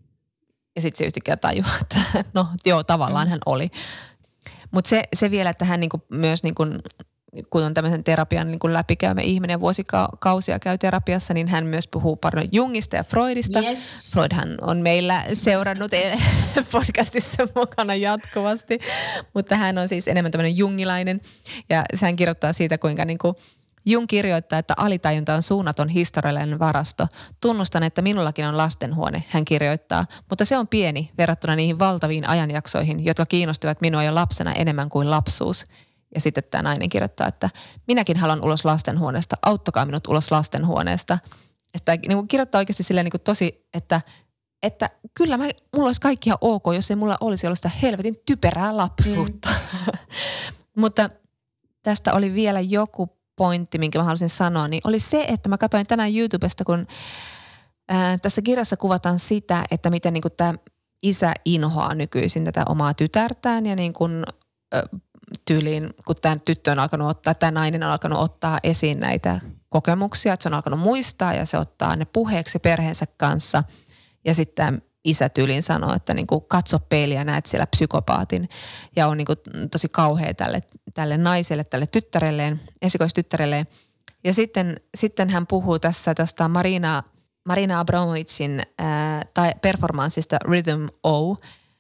Ja sitten se yhtäkkiä tajuaa, että tavallaan hän oli. Mutta se vielä, että hän niinku myös, niinku, kun on tämmöisen terapian niinku läpikäymä ihminen ja vuosikausia käy terapiassa, niin hän myös puhuu paljon Jungista ja Freudista. Yes. Freudhan on meillä seurannut podcastissa mukana jatkuvasti, mutta hän on siis enemmän tämmöinen jungilainen. Ja hän kirjoittaa siitä, kuinka niinku Jung kirjoittaa, että alitajunta on suunnaton historiallinen varasto. Tunnustan, että minullakin on lastenhuone, hän kirjoittaa, mutta se on pieni verrattuna niihin valtaviin ajanjaksoihin, jotka kiinnostivat minua jo lapsena enemmän kuin lapsuus. Ja sitten tämä nainen kirjoittaa, että minäkin haluan ulos lastenhuoneesta, auttakaa minut ulos lastenhuoneesta. Ja sitä niin kirjoittaa oikeasti silleen niin kuin tosi, että kyllä mulla olisi kaikkia ok, jos ei mulla olisi ollut sitä helvetin typerää lapsuutta. Mutta tästä oli vielä joku pointti, minkä mä haluaisin sanoa, niin oli se, että mä katsoin tänään YouTubesta, kun tässä kirjassa kuvataan sitä, että miten niin kuin tämä isä inhoaa nykyisin tätä omaa tytärtään ja niin kuin tyyliin, kun tämä tyttö on alkanut ottaa, tämä nainen on alkanut ottaa esiin näitä kokemuksia, että se on alkanut muistaa ja se ottaa ne puheeksi perheensä kanssa ja sitten isä tyyliin sanoo, että niin kuin katso peiliä, näet siellä psykopaatin ja on niin kuin tosi kauhea tälle naiselle, tälle tyttärelleen, esikoistyttärelleen. Ja sitten hän puhuu tässä tästä Marina Abramovicin performanssista Rhythm O.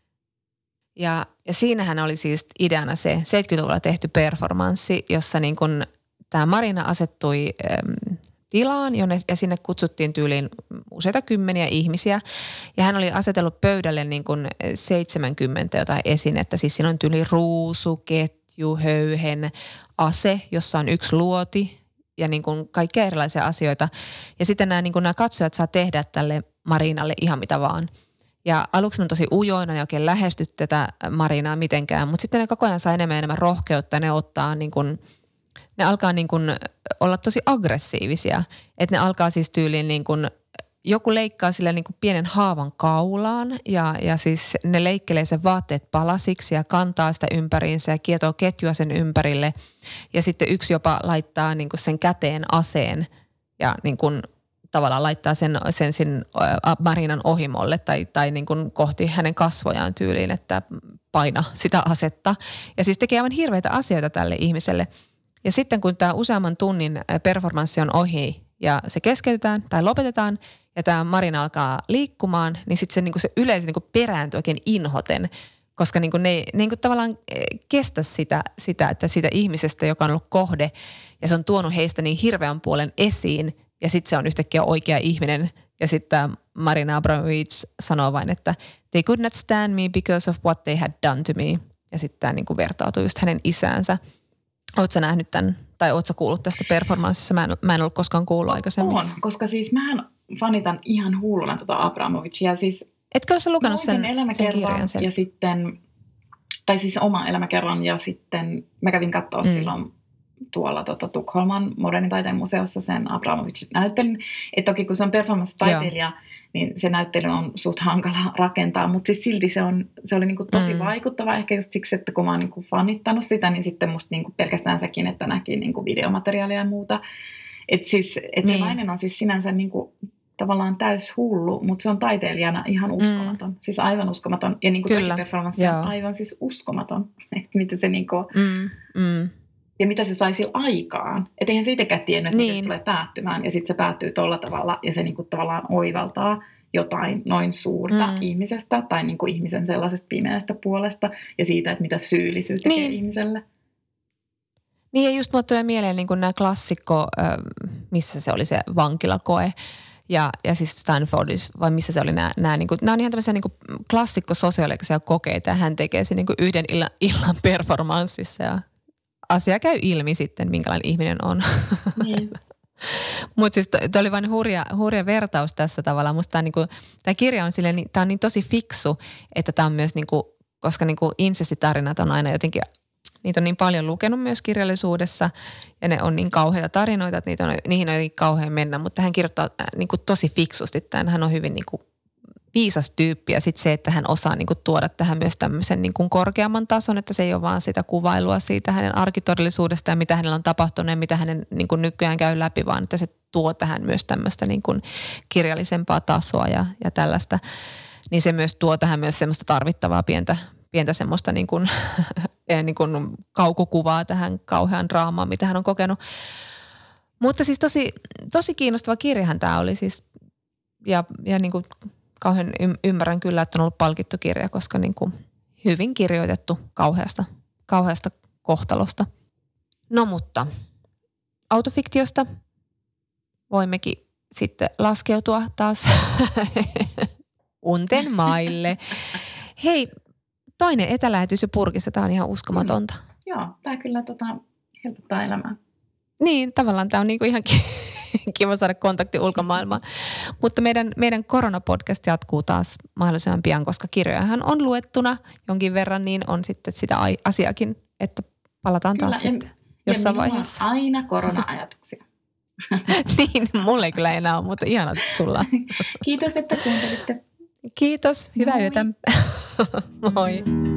Ja siinähän oli siis ideana se 70-luvulla tehty performanssi, jossa niin kuin tämä Marina asettui tilaan, ja sinne kutsuttiin tyyliin useita kymmeniä ihmisiä. Ja hän oli asetellut pöydälle niin kuin 70 jotain esinettä. Siis siinä on tyyli ruusu, ketju, höyhen, ase, jossa on yksi luoti ja niin kuin kaikkia erilaisia asioita. Ja sitten nämä katsojat saa tehdä tälle Marinalle ihan mitä vaan. Ja aluksi on tosi ujoina, ne oikein lähesty tätä Marinaa mitenkään, mutta sitten ne koko ajan saa enemmän ja enemmän rohkeutta. Ne alkaa niin kuin olla tosi aggressiivisia. Että ne alkaa siis tyyliin niin kuin, joku leikkaa sille niin kuin pienen haavan kaulaan ja siis ne leikkelee sen vaatteet palasiksi ja kantaa sitä ympäriinsä ja kietoo ketjua sen ympärille. Ja sitten yksi jopa laittaa niin kuin sen käteen aseen ja niin kuin tavallaan laittaa sen Marinan ohimolle tai niin kuin kohti hänen kasvojaan tyyliin, että paina sitä asetta. Ja siis tekee aivan hirveitä asioita tälle ihmiselle. Ja sitten kun tämä useamman tunnin performanssi on ohi ja se keskeytetään tai lopetetaan ja tämä Marina alkaa liikkumaan, niin sitten se yleisö perääntyy oikein inhoten, koska ne ei tavallaan kestä sitä, että siitä ihmisestä, joka on ollut kohde ja se on tuonut heistä niin hirveän puolen esiin ja sitten se on yhtäkkiä oikea ihminen. Ja sitten Marina Abramovic sanoo vain, että they could not stand me because of what they had done to me. Ja sitten tämä niin vertautuu just hänen isäänsä. Oletko sä nähnyt tämän, tai oletko sä kuullut tästä performanssissa? Mä en ollut koskaan kuullut aikaisemmin. On, koska siis mähän fanitan ihan hulluna Abramovicia. Siis etkö ole sä lukenut sen kirjan? Ja sitten, tai siis oma elämäkerran ja sitten mä kävin katsoa silloin tuolla Tukholman modernin taiteen museossa sen Abramovicin näyttelyn. Että toki kun se on performance-taiteilija, niin se näyttely on suht hankala rakentaa, mutta siis silti se oli niinku tosi vaikuttava. Ehkä just siksi, että kun mä oon niinku fanittanut sitä, niin sitten musta niinku pelkästään sekin, että näki niinku videomateriaalia ja muuta. Että siis, se nainen on siis sinänsä niinku tavallaan täys hullu, mutta se on taiteilijana ihan uskomaton. Siis aivan uskomaton. Ja niinku toki performanssi on aivan siis uskomaton. Että mitä se niinku... Ja mitä se sai sillä aikaan. Että eihän se itsekään tiennyt, että se tulee päättymään. Ja sitten se päättyy tolla tavalla ja se niinku tavallaan oivaltaa jotain noin suurta ihmisestä tai niinku ihmisen sellaisesta pimeästä puolesta ja siitä, että mitä syyllisyys tekee ihmiselle. Niin ja just mulle tulee mieleen niin kuin nämä klassikko, missä se oli se vankilakoe ja siis Stanfordissa, vai missä se oli nämä on ihan tämmöisiä niin kuin klassikko sosiaalisia kokeita ja hän tekee se niin kuin yhden illan performanssissa ja asia käy ilmi sitten, minkälainen ihminen on. Niin. Mutta siis toi oli vain hurja vertaus tässä tavalla. Musta tämä kirja on silleen, tämä on niin tosi fiksu, että tämä on myös niinku, koska niinku insestitarinat on aina jotenkin, niitä on niin paljon lukenut myös kirjallisuudessa ja ne on niin kauheita tarinoita, että niihin on jotenkin kauhean mennä, mutta hän kirjoittaa niinku tosi fiksusti tämän. Hän on hyvin niinku viisas tyyppi ja sitten se, että hän osaa niinku tuoda tähän myös tämmöisen niinku korkeamman tason, että se ei ole vaan sitä kuvailua siitä hänen arkitodellisuudesta ja mitä hänellä on tapahtunut ja mitä hänen niinku nykyään käy läpi, vaan että se tuo tähän myös tämmöistä niinku kirjallisempaa tasoa ja tällaista. Niin se myös tuo tähän myös semmoista tarvittavaa pientä semmoista niinku kaukokuvaa tähän kauhean draamaan, mitä hän on kokenut. Mutta siis tosi kiinnostava kirjahan tämä oli siis ja niinku kauhean ymmärrän kyllä, että on ollut palkittu kirja, koska niin kuin hyvin kirjoitettu kauheasta kohtalosta. No mutta autofiktiosta voimmekin sitten laskeutua taas unten maille. Hei, toinen etälähetys jo purkissa, tämä on ihan uskomatonta. Joo, tämä kyllä helpottaa elämää. Niin, tavallaan tämä on niinku ihan kiva saada kontakti ulkomaailmaan. Mutta meidän koronapodcast jatkuu taas mahdollisimman pian, koska kirjojahan on luettuna jonkin verran, niin on sitten sitä asiakin, että palataan taas kyllä, sitten jossain vaiheessa. Aina korona-ajatuksia. Niin, mulla ei kyllä enää ole, mutta ihanaa sulla. Kiitos, että kuuntelitte. Kiitos, hyvää yötä. Moi.